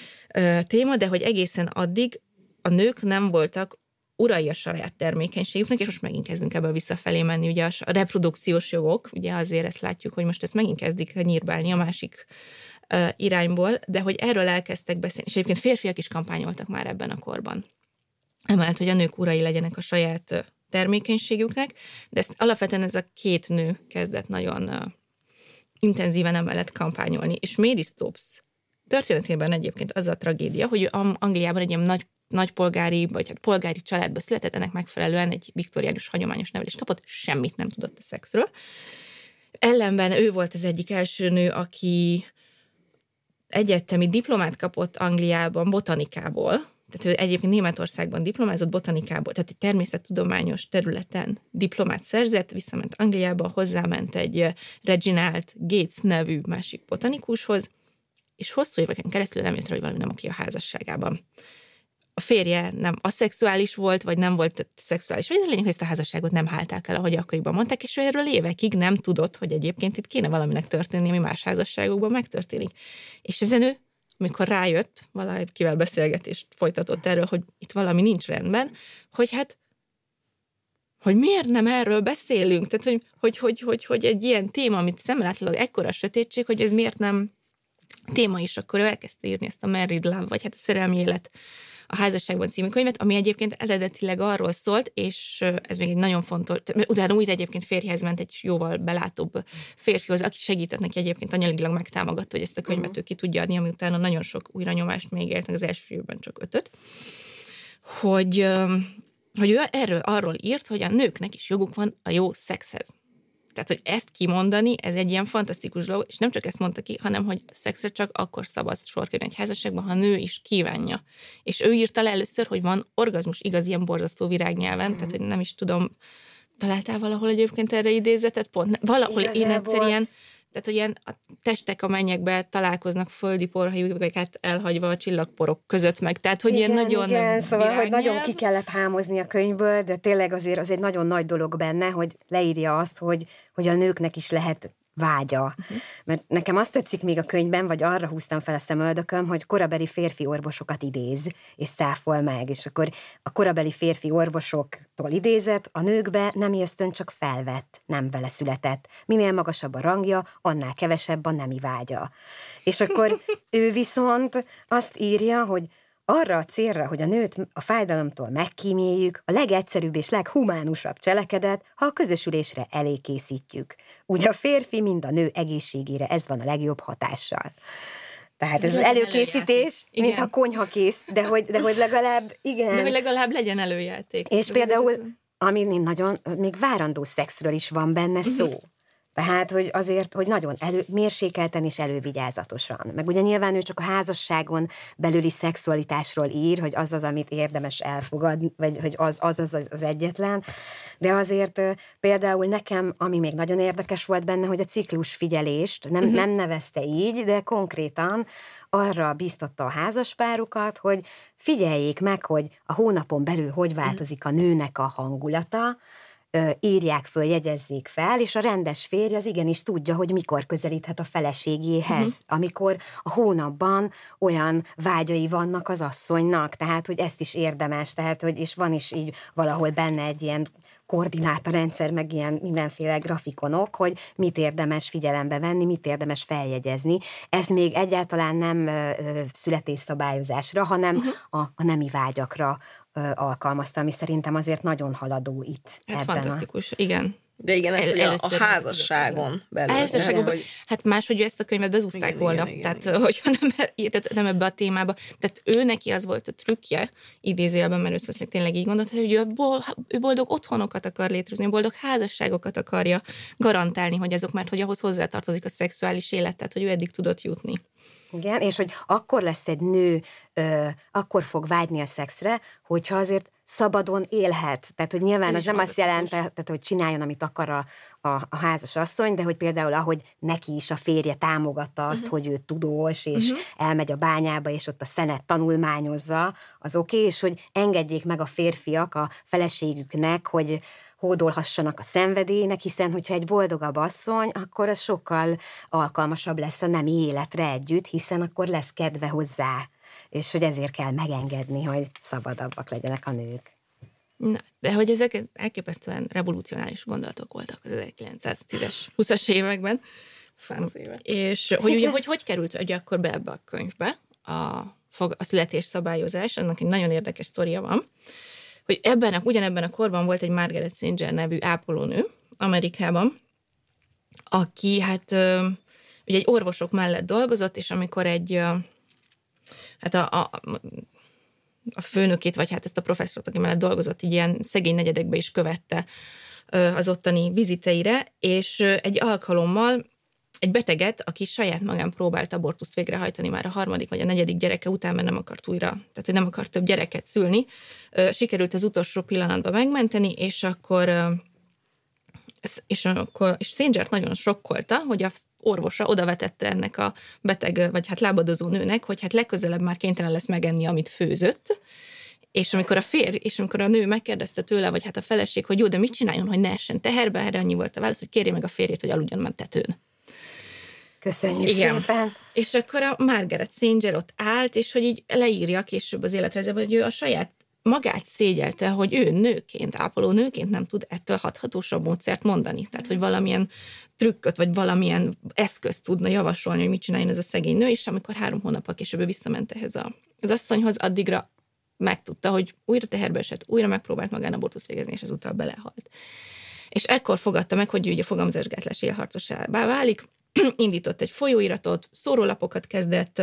téma, de hogy egészen addig a nők nem voltak urai a saját termékenységüknek, és most megint kezdünk ebből visszafelé menni, ugye a reprodukciós jogok, ugye azért ezt látjuk, hogy most ezt megint kezdik nyírbálni a másik irányból, de hogy erről elkezdtek beszélni, és egyébként férfiak is kampányoltak már ebben a korban. Emellett, hogy a nők urai legyenek a saját termékenységüknek, de ezt alapvetően ez a két nő kezdett nagyon intenzíven emellett kampányolni, és Mary Stopes történetében egyébként az a tragédia, hogy Angliában egy ilyen nagy polgári, vagy hát polgári családba született, ennek megfelelően egy viktoriánus hagyományos nevelést kapott, semmit nem tudott a szexről. Ellenben ő volt az egyik első nő, aki egyetemi diplomát kapott Angliában botanikából, tehát ő egyébként Németországban diplomázott botanikából, tehát egy természettudományos területen diplomát szerzett, visszament Angliába, hozzáment egy Reginald Gates nevű másik botanikushoz, és hosszú éveken keresztül nem jött rá, hogy valami nem oké a házasságában. A férje nem aszexuális volt, vagy nem volt szexuális, vagy a lényeg, hogy ezt a házasságot nem hálták el, ahogy akkoriban mondták, és ő erről évekig nem tudott, hogy egyébként itt kéne valaminek történni, ami más házasságokban megtörténik. És ezen ő, amikor rájött, valakivel beszélgetést folytatott erről, hogy itt valami nincs rendben, hogy miért nem erről beszélünk? Tehát, hogy egy ilyen téma, amit szemláthatólag ekkora sötétség, hogy ez miért nem téma is, akkor ő elkezdte írni ezt a Married Love, vagy hát a Szerelmi élet a házasságban című könyvet, ami egyébként eredetileg arról szólt, és ez még egy nagyon fontos, utána újra egyébként férjhez ment egy jóval belátóbb férfihoz, aki segített neki egyébként anyagilag megtámogatta, hogy ezt a könyvet ő ki tudja adni, ami utána nagyon sok újranyomást még éltek, az első évben csak 5, hogy ő arról írt, hogy a nőknek is joguk van a jó szexhez. Tehát, hogy ezt kimondani, ez egy ilyen fantasztikus dolog, és nem csak ezt mondta ki, hanem, hogy szexre csak akkor szabad sor kerülni egy házasságban, ha a nő is kívánja. És ő írta le először, hogy van orgazmus, igaz, ilyen borzasztó virágnyelven, tehát, hogy nem is tudom, találtál valahol egyébként erre idézetet? Pont, valahol igazából... én egyszer ilyen, tehát, hogy ilyen a testek a mennyekbe találkoznak földi porhajúkat elhagyva a csillagporok között meg. Tehát, hogy igen, ilyen nagyon igen, szóval, hogy nagyon ki kellett hámozni a könyvből, de tényleg azért az egy nagyon nagy dolog benne, hogy leírja azt, hogy a nőknek is lehet vágya. Mert nekem azt tetszik még a könyvben, vagy arra húztam fel a szemöldököm, hogy korabeli férfi orvosokat idéz, és száfol meg, és akkor a korabeli férfi orvosoktól idézett, a nőkbe nemi ösztön csak felvett, nem vele született. Minél magasabb a rangja, annál kevesebb a nemi vágya. És akkor ő viszont azt írja, hogy arra a célra, hogy a nőt a fájdalomtól megkíméljük, a legegyszerűbb és leghumánusabb cselekedet, ha a közösülésre elékészítjük. Úgy a férfi, mind a nő egészségére ez van a legjobb hatással. Tehát ez az előkészítés, mint a konyha kész, de hogy legalább, igen. De hogy legalább legyen előjáték. És például, ami nagyon, még várandó szexről is van benne szó. Tehát, hogy azért, hogy nagyon mérsékelten és elővigyázatosan. Meg ugye nyilván ő csak a házasságon belüli szexualitásról ír, hogy az az, amit érdemes elfogadni, vagy hogy az egyetlen. De azért például nekem, ami még nagyon érdekes volt benne, hogy a ciklusfigyelést nem nevezte így, de konkrétan arra bíztatta a házaspárokat, hogy figyeljék meg, hogy a hónapon belül hogy változik a nőnek a hangulata, írják föl, jegyezzék fel, és a rendes férj az igenis tudja, hogy mikor közelíthet a feleségéhez, amikor a hónapban olyan vágyai vannak az asszonynak, tehát, hogy ezt is érdemes, tehát, hogy és van is így valahol benne egy ilyen koordinátarendszer, meg ilyen mindenféle grafikonok, hogy mit érdemes figyelembe venni, mit érdemes feljegyezni. Ez még egyáltalán nem születésszabályozásra, hanem a nemi vágyakra alkalmazta, ami szerintem azért nagyon haladó itt. Hát fantasztikus, igen. De igen, ez a házasságon belül. Hát máshogy ezt a könyvet bezúzták volna, tehát hogyha nem ebbe a témába. Tehát ő neki az volt a trükkje, idézőjelben, mert összeszek tényleg így gondolt, hogy ő boldog otthonokat akar létrehozni, boldog házasságokat akarja garantálni, hogy azok, mert hogy ahhoz hozzátartozik a szexuális élet, tehát hogy ő eddig tudott jutni. Igen, és hogy akkor lesz egy nő, akkor fog vágyni a szexre, hogyha azért szabadon élhet. Tehát, hogy nyilván az nem azt jelenti, tehát, hogy csináljon, amit akar a házas asszony, de hogy például ahogy neki is a férje támogatta azt, hogy ő tudós, és elmegy a bányába, és ott a szenet tanulmányozza, az oké, és hogy engedjék meg a férfiak a feleségüknek, hogy hódolhassanak a szenvedélynek, hiszen hogyha egy boldogabb asszony, akkor az sokkal alkalmasabb lesz a nemi életre együtt, hiszen akkor lesz kedve hozzá, és hogy ezért kell megengedni, hogy szabadabbak legyenek a nők. Na, de hogy ezek elképesztően revolucionális gondolatok voltak az 1910-es, 20-as években. És hogy ugye, hogy került ugye akkor be ebbe a könyvbe a születésszabályozás, annak egy nagyon érdekes sztoria van, hogy ugyanebben a korban volt egy Margaret Sanger nevű ápolónő Amerikában, aki hát ugye egy orvosok mellett dolgozott, és amikor a főnökét, vagy hát ezt a professzort, aki mellett dolgozott, így ilyen szegény negyedekbe is követte az ottani viziteire, és egy alkalommal egy beteget, aki saját magán próbált abortuszt végrehajtani már a 3. vagy a 4. gyereke után, mert nem akart újra, tehát hogy nem akart több gyereket szülni, sikerült az utolsó pillanatban megmenteni, és Sangert nagyon sokkolta, hogy a orvosa odavetette ennek a beteg, vagy hát lábadozó nőnek, hogy hát legközelebb már kénytelen lesz megenni, amit főzött, és amikor a nő megkérdezte tőle, vagy hát a feleség, hogy jó, de mit csináljon, hogy ne essen teherbe, erre annyi volt a válasz, hogy kérje meg a férjét, hogy aludjon már tetőn. Köszönjük szépen! És akkor a Margaret Sanger ott állt, és hogy így leírja később az életrajzában, hogy ő a saját magát szégyelte, hogy ő nőként, ápoló nőként nem tud ettől hathatósabb módszert mondani. Tehát, hogy valamilyen trükköt, vagy valamilyen eszközt tudna javasolni, hogy mit csináljon ez a szegény nő, és amikor 3 hónappal később ő visszament ehhez az asszonyhoz, addigra megtudta, hogy újra teherbe esett, újra megpróbált magán abortuszt végezni, és ezúttal belehalt. És ekkor fogadta meg, hogy ugye fogamzásgátlás élharcosává válik, indított egy folyóiratot, szórólapokat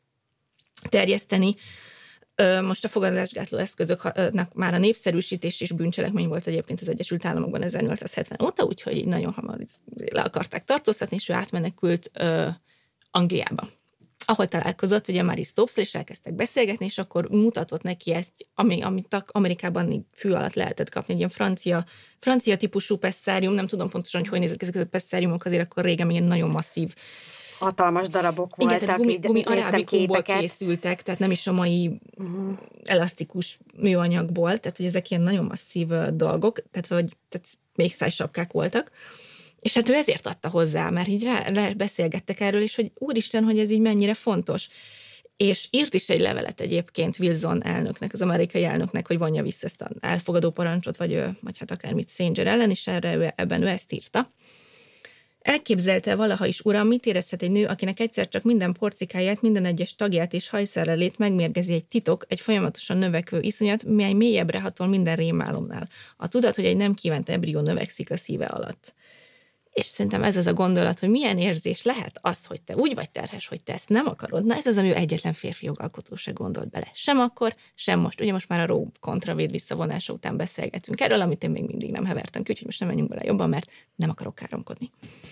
terjeszteni. Most a fogamzásgátló eszközöknek már a népszerűsítés is bűncselekmény volt egyébként az Egyesült Államokban 1870 óta, úgyhogy így nagyon hamar le akarták tartóztatni, és ő átmenekült Angliába, ahol találkozott ugye Marie Stopes-szal, és elkezdtek beszélgetni, és akkor mutatott neki ezt, amit Amerikában fű alatt lehetett kapni, egy ilyen francia típusú pesszárium, nem tudom pontosan, hogy nézett ezek a pesszáriumok, azért akkor régen ilyen nagyon masszív, hatalmas darabok voltak. Igen, tehát gumi arábikumból készültek, tehát nem is a mai elasztikus műanyagból, tehát hogy ezek ilyen nagyon masszív dolgok, tehát még szájsapkák voltak. És hát ő ezért adta hozzá, mert így beszélgettek erről is, hogy úristen, hogy ez így mennyire fontos. És írt is egy levelet egyébként Wilson elnöknek, az amerikai elnöknek, hogy vonja vissza ezt az elfogadó parancsot, vagy hát akármit Sanger ellen, és ebben ő ezt írta. Elképzelte valaha is, uram, mit érezhet egy nő, akinek egyszer csak minden porcikáját, minden egyes tagját és hajszerelét megmérgezi egy titok, egy folyamatosan növekvő iszonyat, mely mélyebbre hatol minden rémálomnál. A tudat, hogy egy nem kívánt embrió növekszik a szíve alatt. És szerintem ez az a gondolat, hogy milyen érzés lehet az, hogy te úgy vagy terhes, hogy te ezt nem akarod. Na ez az, ami egyetlen férfi jogalkotó se gondolt bele. Sem akkor, sem most. Ugye most már a Roe kontra Wade visszavonása után beszélgetünk erről, amit én még mindig nem hevertem ki, úgyhogy most nem menjünk bele jobban, mert nem akarok káromkodni.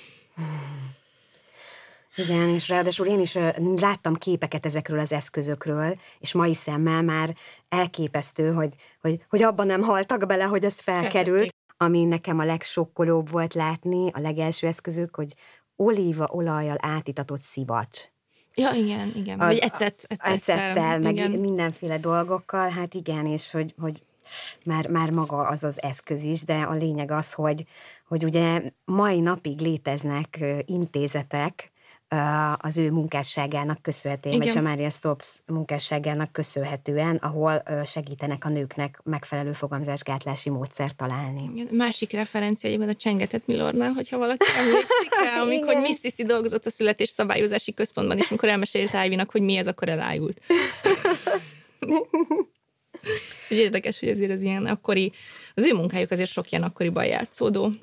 Igen, és ráadásul én is láttam képeket ezekről az eszközökről, és mai szemmel már elképesztő, hogy abban nem haltak bele, hogy ez felkerült. Ami nekem a legsokkolóbb volt látni, a legelső eszközök, hogy olívaolajjal átitatott szivacs. Ja, igen. Vagy ecettel, meg igen. Mindenféle dolgokkal, hát igen, és hogy már maga az az eszköz is, de a lényeg az, hogy ugye mai napig léteznek intézetek, az ő munkásságának köszönhetően, vagy Jamaria Stopes munkásságának köszönhetően, ahol segítenek a nőknek megfelelő fogamzásgátlási módszert találni. Igen, másik referencia egyébként a Csengetett Milornál, hogyha valaki emlékszik rá, amikor Miss Sissy dolgozott a születésszabályozási központban, és amikor elmesélte Ivynak, hogy mi ez, akkor elájult. Ez érdekes, hogy azért az ilyen akkori, az ő munkájuk azért sok ilyen akkoriban játszódó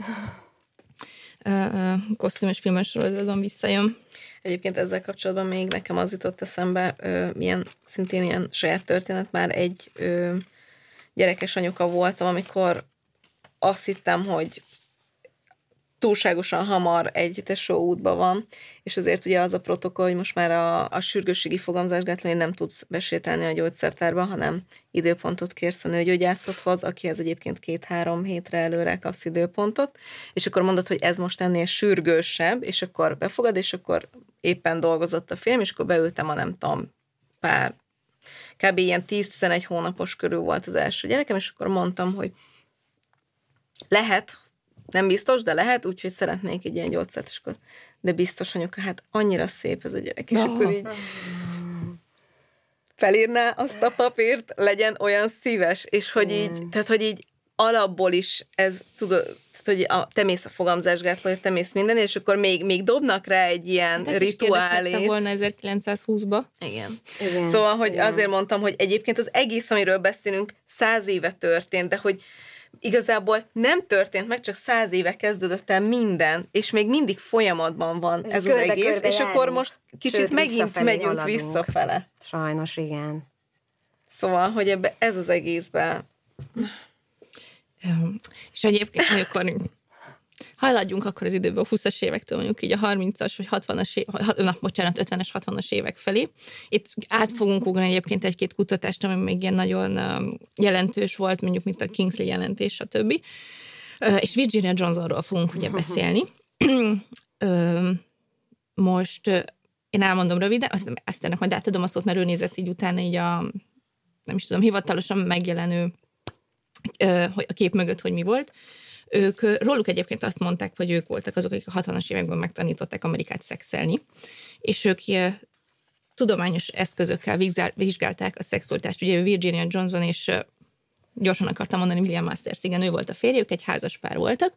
kosztümös filmes sorozatban visszajön. Egyébként ezzel kapcsolatban még nekem az jutott eszembe, szintén ilyen saját történet, már egy gyerekes anyuka voltam, amikor azt hittem, hogy túlságosan hamar egy tesó útban van, és azért ugye az a protokoll, hogy most már a sürgősségi fogamzásgátlón nem tudsz besétálni a gyógyszertárba, hanem időpontot kérsz a nőgyógyászodhoz, akihez egyébként 2-3 hétre előre kapsz időpontot, és akkor mondod, hogy ez most ennél sürgősebb, és akkor befogad, és akkor éppen dolgozott a film, és akkor beültem a nem tudom, kb. Ilyen 10-11 hónapos körül volt az első gyerekem, és akkor mondtam, hogy lehet, nem biztos, de lehet, úgyhogy szeretnék egy ilyen gyógyszert, és akkor, de biztos anyuka, hát annyira szép ez a gyerek, és akkor így felírná azt a papírt, legyen olyan szíves, és hogy így, tehát hogy így alapból is ez, tudod, hogy te mész a fogamzásgátlóért, te mész minden, és akkor még dobnak rá egy ilyen rituálét. Ezt volna 1920-ba. Igen. Szóval, hogy azért mondtam, hogy egyébként az egész, amiről beszélünk, 100 éve történt, de hogy igazából nem történt meg, csak 100 éve kezdődött el minden, és még mindig folyamatban van ez az egész, és akkor most kicsit megint megyünk visszafele. Sajnos, igen. Szóval, hogy ez az egészben... És egyébként, akkor haladjunk akkor az időben a 20-as évektől, mondjuk így a 30-as vagy 50-es, 60-as évek felé. Itt át fogunk ugrani egyébként egy-két kutatást, ami még ilyen nagyon jelentős volt, mondjuk mint a Kingsley jelentés, stb. És Virginia Johnsonról fogunk ugye beszélni. Most én elmondom röviden, azt ennek majd átadom a szót, mert ő nézett így utána így nem is tudom, hivatalosan megjelenő hogy a kép mögött, hogy mi volt. Róluk egyébként azt mondták, hogy ők voltak azok, akik a 60-as években megtanították Amerikát szexelni, és ők tudományos eszközökkel vizsgálták a szexualitást. Ugye Virginia Johnson és gyorsan akartam mondani William Masters, igen, ő volt a férje, ők egy házas pár voltak,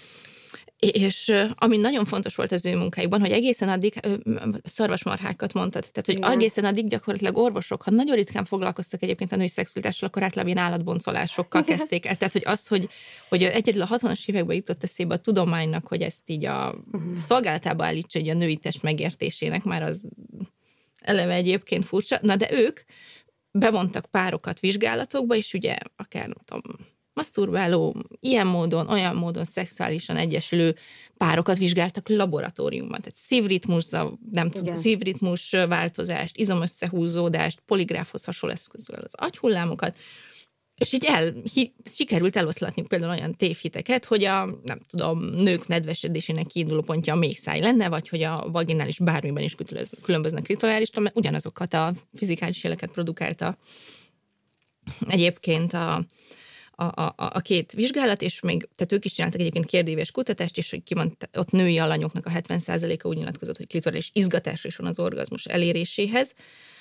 és ami nagyon fontos volt az ő munkájukban, hogy egészen addig szarvasmarhákat mondtad, tehát hogy egészen addig gyakorlatilag orvosok, ha nagyon ritkán foglalkoztak egyébként a női szexualitással, akkor általában ilyen állatboncolásokkal kezdték el. Tehát, hogy az, hogy egyedül a 60-as években jutott eszébe a tudománynak, hogy ezt így a szolgálatába állítsa egy a női test megértésének, már az eleve egyébként furcsa. Na, de ők bevontak párokat vizsgálatokba, és ugye akár, nem tudom, maszturbáló, ilyen módon, olyan módon szexuálisan egyesülő párokat vizsgáltak laboratóriumban. Tehát szívritmus változást, izomösszehúzódást, poligráfhoz hasonló eszközzel az agyhullámokat, és így sikerült eloszlatni például olyan tévhiteket, hogy nem tudom, nők nedvesedésének kiinduló pontja a méhszáj lenne, vagy hogy a vaginális bármiben is különböznek rituálistól, mert ugyanazokat a fizikális jeleket produkálta egyébként a két vizsgálat, és még, tehát ők is csináltak egyébként kérdéves kutatást, és hogy ott női alanyoknak a 70%-a úgy nyilatkozott, hogy klitorális izgatásra is van az orgazmus eléréséhez.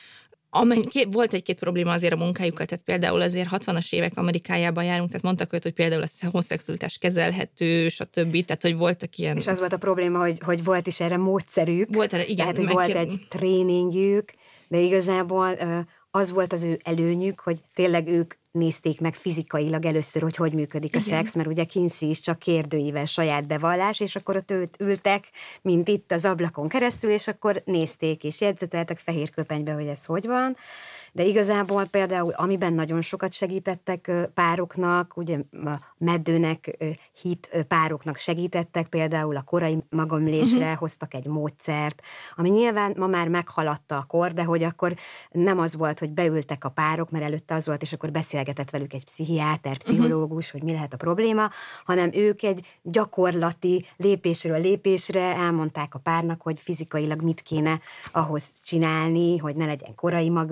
Volt egy-két probléma azért a munkájukkal, tehát például azért 60-as évek Amerikájában járunk, tehát mondtak őt, hogy például a homoszexualitás kezelhető, stb. Tehát, hogy voltak ilyen... És az volt a probléma, hogy volt is erre módszerük. Volt erre, igen. Tehát, hogy volt egy tréningjük, de igazából az volt az ő előnyük, hogy tényleg ők nézték meg fizikailag először, hogy működik a szex, mert ugye Kinsey is csak kérdőivel saját bevallás, és akkor ott ültek, mint itt az ablakon keresztül, és akkor nézték és jegyzeteltek fehér köpenybe, hogy ez hogy van. De igazából például, amiben nagyon sokat segítettek pároknak, ugye meddőnek hit pároknak segítettek, például a korai magomlésre hoztak egy módszert, ami nyilván ma már meghaladta a kor, de hogy akkor nem az volt, hogy beültek a párok, mert előtte az volt, és akkor beszélgetett velük egy pszichiáter, pszichológus, hogy mi lehet a probléma, hanem ők egy gyakorlati lépésről lépésre elmondták a párnak, hogy fizikailag mit kéne ahhoz csinálni, hogy ne legyen korai magömlés,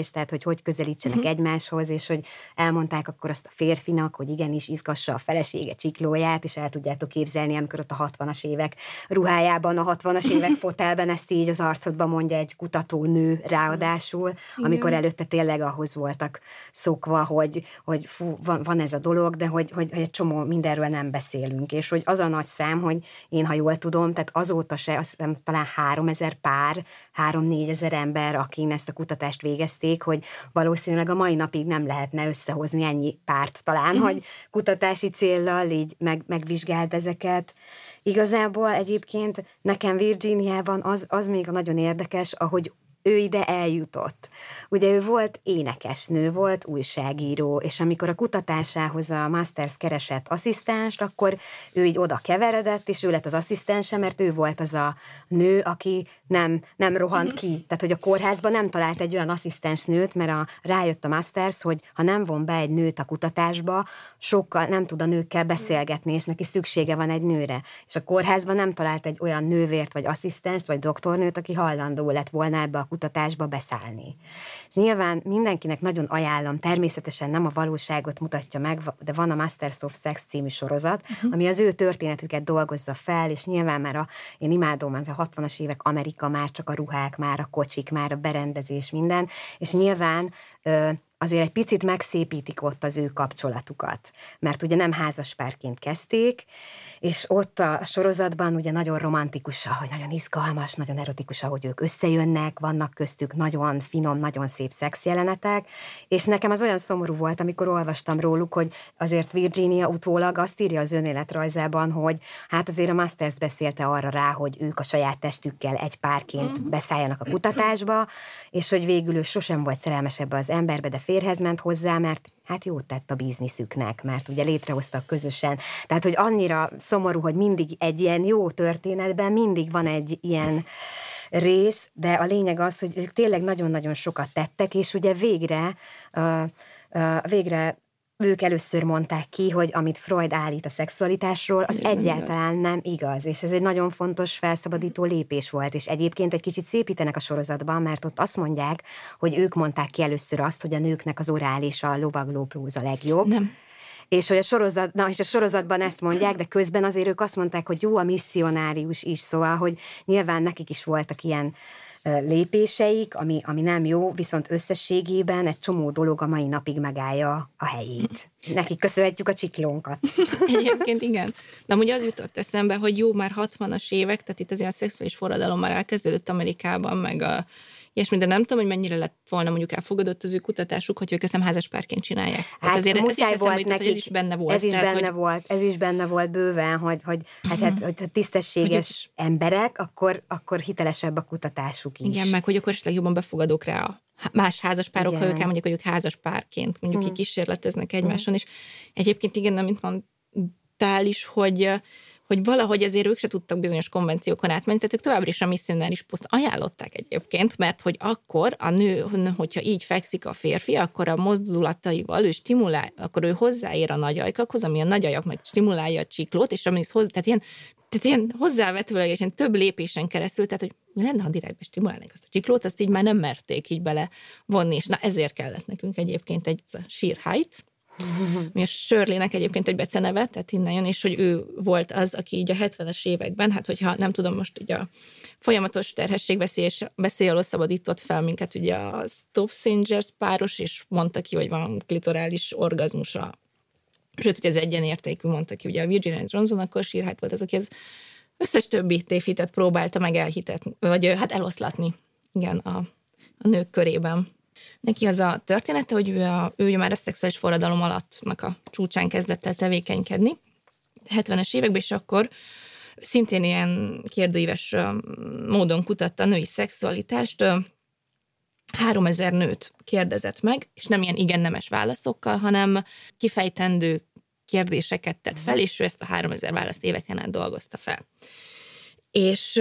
közelítés, tehát hogy közelítsenek egymáshoz, és hogy elmondták akkor azt a férfinak, hogy igenis izgassa a felesége csiklóját, és el tudjátok képzelni, amikor ott a 60-as évek ruhájában, a 60-as évek fotelben ezt így az arcodba mondja egy kutatónő ráadásul, amikor előtte tényleg ahhoz voltak szokva, hogy fú, van ez a dolog, de hogy egy csomó mindenről nem beszélünk, és hogy az a nagy szám, hogy én, ha jól tudom, tehát azóta se, azt hiszem, talán 3000 pár, 3-4 ezer ember, akin ezt a kutatást végezték, hogy valószínűleg a mai napig nem lehetne összehozni ennyi párt talán, hogy kutatási céllal így megvizsgált ezeket. Igazából egyébként nekem Virginiában az még nagyon érdekes, ahogy ő ide eljutott. Ugye ő volt énekesnő, volt újságíró, és amikor a kutatásához a Masters keresett asszisztenst, akkor ő így oda keveredett, és ő lett az asszisztense, mert ő volt az a nő, aki nem rohant ki. Tehát, hogy a kórházban nem talált egy olyan asszisztens nőt, mert rájött a Masters, hogy ha nem von be egy nőt a kutatásba, sokkal nem tud a nőkkel beszélgetni, és neki szüksége van egy nőre. És a kórházban nem talált egy olyan nővért, vagy asszisztenst, vagy doktornőt, aki hajlandó lett volna ebbe a kutatásba beszállni. És nyilván mindenkinek nagyon ajánlom, természetesen nem a valóságot mutatja meg, de van a Masters of Sex című sorozat, ami az ő történetüket dolgozza fel, és nyilván már én imádom, az a 60-as évek Amerika, már csak a ruhák, már a kocsik, már a berendezés, minden, és nyilván azért egy picit megszépítik ott az ő kapcsolatukat, mert ugye nem házaspárként kezdték, és ott a sorozatban ugye nagyon romantikus, hogy nagyon izgalmas, nagyon erotikus, ahogy ők összejönnek, vannak köztük nagyon finom, nagyon szép szexjelenetek, és nekem az olyan szomorú volt, amikor olvastam róluk, hogy azért Virginia utólag azt írja az önéletrajzában, hogy hát azért a Masters beszélte arra rá, hogy ők a saját testükkel egy párként beszálljanak a kutatásba, és hogy végül ő sosem volt szerelmes ebbe az emberbe, de férhez ment hozzá, mert hát jót tett a bizniszüknek, mert ugye létrehoztak közösen. Tehát, hogy annyira szomorú, hogy mindig egy ilyen jó történetben mindig van egy ilyen rész, de a lényeg az, hogy ők tényleg nagyon-nagyon sokat tettek, és ugye végre ők először mondták ki, hogy amit Freud állít a szexualitásról, az egyáltalán nem igaz, és ez egy nagyon fontos felszabadító lépés volt, és egyébként egy kicsit szépítenek a sorozatban, mert ott azt mondják, hogy ők mondták ki először azt, hogy a nőknek az orális, a lovaglóplóz a legjobb. Nem. És hogy a sorozatban ezt mondják, de közben azért ők azt mondták, hogy jó a misszionárius is, szóval, hogy nyilván nekik is voltak ilyen lépéseik, ami nem jó, viszont összességében egy csomó dolog a mai napig megállja a helyét. Nekik köszönhetjük a csiklónkat. Egyébként igen. De amúgy az jutott eszembe, hogy jó, már 60-as évek, tehát itt azért a szexuális forradalom már elkezdődött Amerikában, meg ilyesmi, de nem tudom, hogy mennyire lett volna mondjuk elfogadott az ő kutatásuk, hogy ők ezt nem házaspárként csinálják. Hát azért ez is eszembe jutott, hogy ez is benne volt. Ez is benne volt bőven, hogy tisztességes emberek, akkor hitelesebb a kutatásuk is. Igen, meg hogy akkor esetleg jobban befogadók rá a más házaspárok, ha ők elmondják, hogy ők házaspárként mondjuk így kísérleteznek egymáson, és egyébként igen, amit mondtál is, hogy valahogy azért ők se tudtak bizonyos konvenciókon átmenni, tehát ők továbbra is a misszionáris poszt ajánlották egyébként, mert hogy akkor a nő, hogyha így fekszik a férfi, akkor a mozdulataival ő stimulál, akkor ő hozzáér a nagy ajkakhoz, ami a nagy ajak meg stimulálja a csiklót, és ami tehát ilyen hozzávetőleg és ilyen több lépésen keresztül, tehát hogy mi lenne, ha direktbe stimulálnánk azt a csiklót, azt így már nem merték így belevonni, és na ezért kellett nekünk egyébként egy Sheer-Height, mi a Shirley-nek egyébként egy beceneve, tehát innen jön, és hogy ő volt az, aki így a 70-es években, hát hogyha nem tudom, most így a folyamatos terhességveszély alól szabadított fel minket ugye a Stop Singers páros, és mondta ki, hogy van klitorális orgazmusra. Sőt, hogy ez egyenértékű, mondta ki ugye a Virginia Johnson, akkor Sheer-Height volt az, aki az összes többi tévhitet próbálta meg elhitetni, vagy hát eloszlatni, igen, a nők körében. Neki az a története, hogy ő már a szexuális forradalom alattnak a csúcsán kezdett el tevékenykedni, 70-es években, és akkor szintén ilyen kérdőíves módon kutatta a női szexualitást, 3000 nőt kérdezett meg, és nem ilyen igen-nemes válaszokkal, hanem kifejtendő kérdéseket tett fel, és ő ezt a 3000 választ éveken át dolgozta fel. És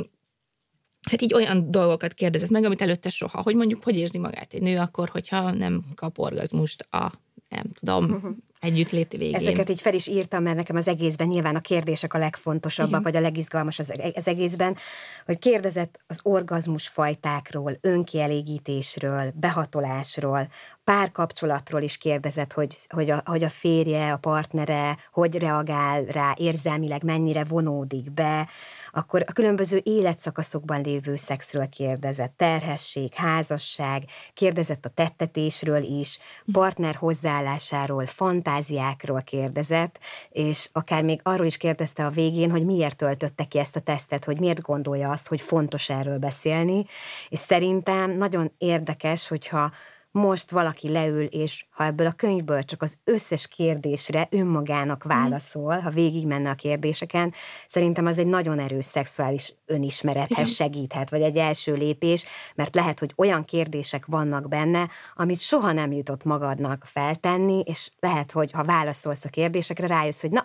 hát így olyan dolgokat kérdezett meg, amit előtte soha, hogy mondjuk, hogy érzi magát egy nő akkor, hogyha nem kap orgazmust nem tudom, együttléti végén. Ezeket így fel is írtam, mert nekem az egészben nyilván a kérdések a legfontosabbak, igen, vagy a legizgalmas az egészben, hogy kérdezett az orgazmus fajtákról, önkielégítésről, behatolásról, párkapcsolatról is kérdezett, hogy a férje, a partnere hogy reagál rá érzelmileg, mennyire vonódik be, akkor a különböző életszakaszokban lévő szexről kérdezett, terhesség, házasság, kérdezett a tettetésről is, partner hozzáállásáról, fantáziákról kérdezett, és akár még arról is kérdezte a végén, hogy miért töltötte ki ezt a tesztet, hogy miért gondolja azt, hogy fontos erről beszélni, és szerintem nagyon érdekes, hogyha most valaki leül, és ha ebből a könyvből csak az összes kérdésre önmagának válaszol, ha végigmenne a kérdéseken, szerintem az egy nagyon erős szexuális önismerethez segíthet, vagy egy első lépés, mert lehet, hogy olyan kérdések vannak benne, amit soha nem jutott magadnak feltenni, és lehet, hogy ha válaszolsz a kérdésekre, rájössz, hogy na,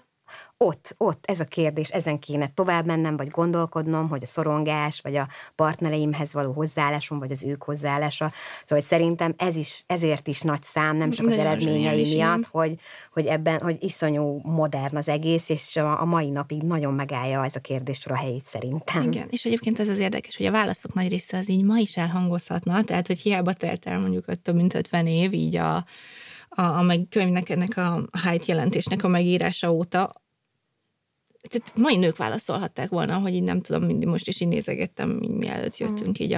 ott ez a kérdés, ezen kéne tovább mennem, vagy gondolkodnom, hogy a szorongás, vagy a partnereimhez való hozzáállásom, vagy az ők hozzáállása. Szóval szerintem ezért is nagy szám, nem csak az eredményei miatt, hogy ebben, hogy iszonyú modern az egész, és a mai napig nagyon megállja ez a kérdésről a helyét szerintem. Igen, és egyébként ez az érdekes, hogy a válaszok nagy része az így ma is elhangozhatna, tehát hogy hiába telt el mondjuk több mint 50 év így a könyvnek, ennek a Haidt jelentésnek a megírása óta, tehát mai nők válaszolhatták volna, hogy így nem tudom, mindig most is így nézegettem, így mielőtt jöttünk így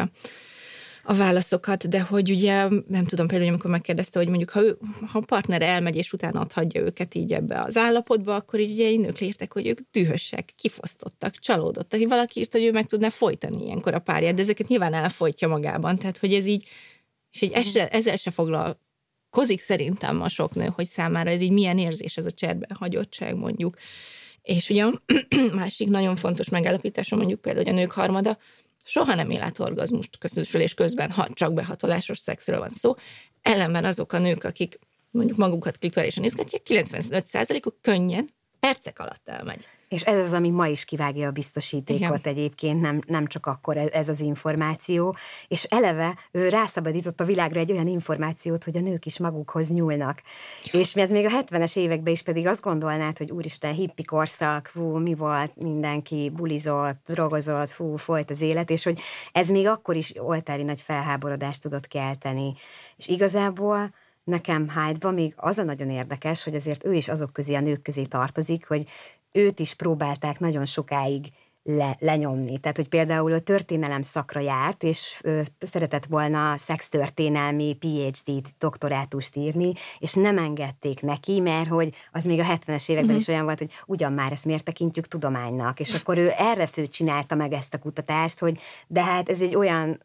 a válaszokat, de hogy ugye, nem tudom, például amikor megkérdezte, hogy mondjuk ha a partner elmegy, és utána ott hagyja őket így ebbe az állapotba, akkor így ugye nők leírták, hogy ők dühösek, kifosztottak, csalódottak. Így valaki írta, hogy ő meg tudná folytani ilyenkor a párját, de ezeket nyilván elfolytja magában, tehát hogy ez így, és így ezzel se foglalkozik szerintem a sok nő, hogy számára ez így milyen érzés, ez a cserben hagyottság mondjuk. És ugye másik nagyon fontos megállapítása mondjuk például, hogy a nők harmada soha nem él át orgazmust közösülés közben, ha csak behatolásos szexről van szó. Ellenben azok a nők, akik mondjuk magukat klitorálisan izgatják, 95%-uk könnyen, percek alatt elmegy. És ez az, ami ma is kivágja a biztosítékot. Igen. Egyébként, nem csak akkor ez az információ, és eleve ő rászabadított a világra egy olyan információt, hogy a nők is magukhoz nyúlnak. És ez még a 70-es években is pedig azt gondolnád, hogy úristen, hippi korszak, mi volt, mindenki bulizott, drogozott, folyt az élet, és hogy ez még akkor is oltári nagy felháborodást tudott kelteni. És igazából nekem Haidtban még az a nagyon érdekes, hogy azért ő is azok közé, a nők közé tartozik, hogy őt is próbálták nagyon sokáig lenyomni. Tehát, hogy például a történelem szakra járt, és szeretett volna szextörténelmi PhD-t, doktorátust írni, és nem engedték neki, mert hogy az még a 70-es években is olyan volt, hogy ugyan már ezt miért tekintjük tudománynak, és akkor ő erre fő csinálta meg ezt a kutatást, hogy de hát ez egy olyan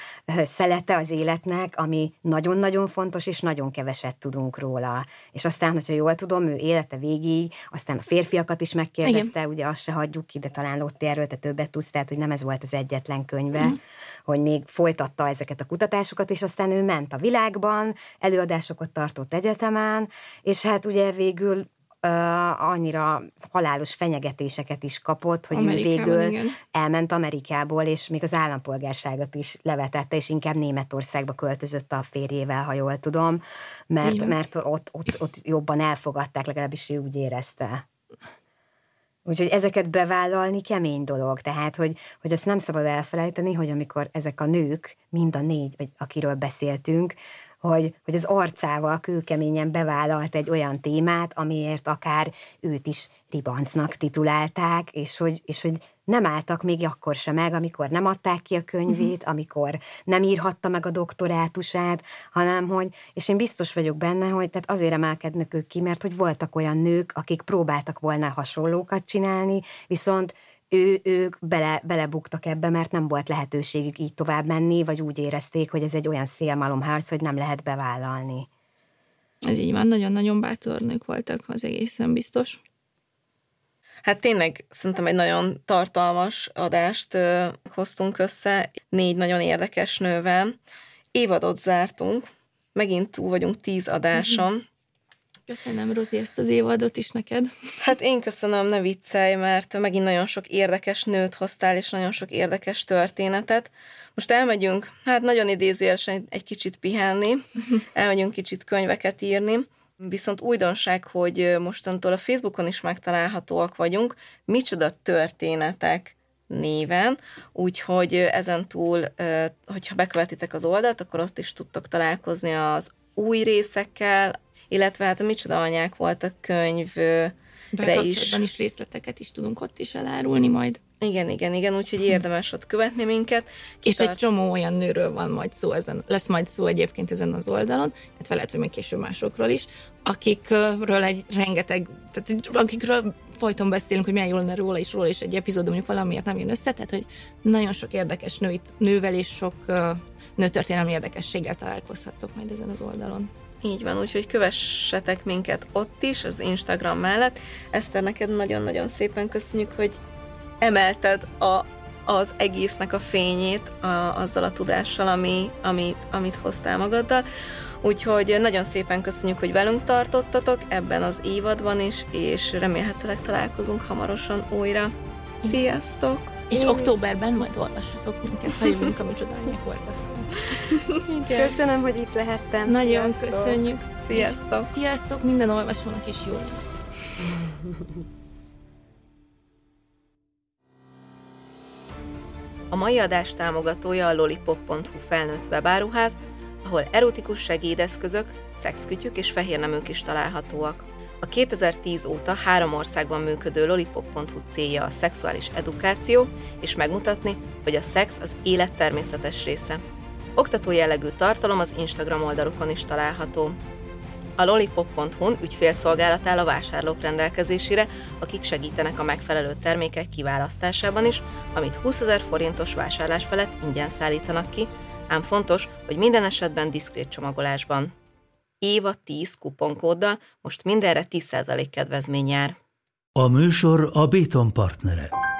szelete az életnek, ami nagyon-nagyon fontos, és nagyon keveset tudunk róla. És aztán, hogyha jól tudom, ő élete végig, aztán a férfiakat is megkérdezte, igen, ugye azt se hagyjuk ki, de talán Lotti erről te többet tudsz, tehát hogy nem ez volt az egyetlen könyve, hogy még folytatta ezeket a kutatásokat, és aztán ő ment a világban, előadásokat tartott egyetemen, és hát ugye végül annyira halálos fenyegetéseket is kapott, hogy ő végül elment Amerikából, és még az állampolgárságot is levetette, és inkább Németországba költözött a férjével, ha jól tudom, mert ott jobban elfogadták, legalábbis ő úgy érezte. Úgyhogy ezeket bevállalni kemény dolog, tehát, hogy ezt nem szabad elfelejteni, hogy amikor ezek a nők, mind a 4, vagy akiről beszéltünk, hogy az arcával kőkeményen bevállalt egy olyan témát, amiért akár őt is ribancnak titulálták, és hogy nem álltak még akkor sem meg, amikor nem adták ki a könyvét, amikor nem írhatta meg a doktorátusát, hanem hogy, és én biztos vagyok benne, hogy tehát azért emelkednek ők ki, mert hogy voltak olyan nők, akik próbáltak volna hasonlókat csinálni, viszont ők belebuktak ebbe, mert nem volt lehetőségük így tovább menni, vagy úgy érezték, hogy ez egy olyan szélmalomharc, hogy nem lehet bevállalni. Ez így van, nagyon-nagyon bátor nők voltak, az egészen biztos. Hát tényleg szerintem egy nagyon tartalmas adást hoztunk össze, 4 nagyon érdekes nővel. Évadot zártunk, megint túl vagyunk 10 adáson. Köszönöm, Rozi, ezt az évadot is neked. Hát én köszönöm, ne viccelj, mert megint nagyon sok érdekes nőt hoztál, és nagyon sok érdekes történetet. Most elmegyünk, hát nagyon idézőjelesen egy kicsit pihenni, elmegyünk kicsit könyveket írni, Viszont újdonság, hogy mostantól a Facebookon is megtalálhatóak vagyunk, Micsoda történetek néven, úgyhogy ezentúl, hogyha bekövetitek az oldalt, akkor ott is tudtok találkozni az új részekkel, illetve hát a Micsoda anyák voltak könyvre is részleteket is tudunk ott is elárulni majd. Igen, úgyhogy érdemes ott követni minket. És egy csomó olyan nőről van majd szó lesz majd szó egyébként ezen az oldalon, hát lehet, hogy még később másokról is, akikről akikről folyton beszélünk, hogy milyen jól lenne róla is egy epizód, mondjuk valamiért nem jön össze, tehát hogy nagyon sok érdekes nővel és sok nőtörténelmi érdekességgel találkozhattok majd ezen az oldalon. Így van, úgyhogy kövessetek minket ott is, az Instagram mellett. Eszter, neked nagyon-nagyon szépen köszönjük, hogy emelted az egésznek a fényét azzal a tudással, amit hoztál magaddal. Úgyhogy nagyon szépen köszönjük, hogy velünk tartottatok ebben az évadban is, és remélhetőleg találkozunk hamarosan újra. Sziasztok! És októberben majd olvassatok minket, ha jövünk, a Micsoda anyák voltak. Köszönöm, hogy itt lehettem. Nagyon Sziasztok. köszönjük. Sziasztok! Sziasztok, minden olvasónak is jó nőt. A mai adás támogatója a lollipop.hu felnőtt webáruház, ahol erotikus segédeszközök, szexkütyük és fehérneműk is találhatóak. A 2010 óta 3 országban működő lollipop.hu célja a szexuális edukáció, és megmutatni, hogy a szex az élet természetes része. Oktató jellegű tartalom az Instagram oldalukon is található. A lollipop.hu-n ügyfélszolgálat áll a vásárlók rendelkezésére, akik segítenek a megfelelő termékek kiválasztásában is, amit 20 000 forintos vásárlás felett ingyen szállítanak ki, ám fontos, hogy minden esetben diszkrét csomagolásban. Éva 10 kuponkóddal most mindenre 10% kedvezmény jár. A műsor a Béton partnere.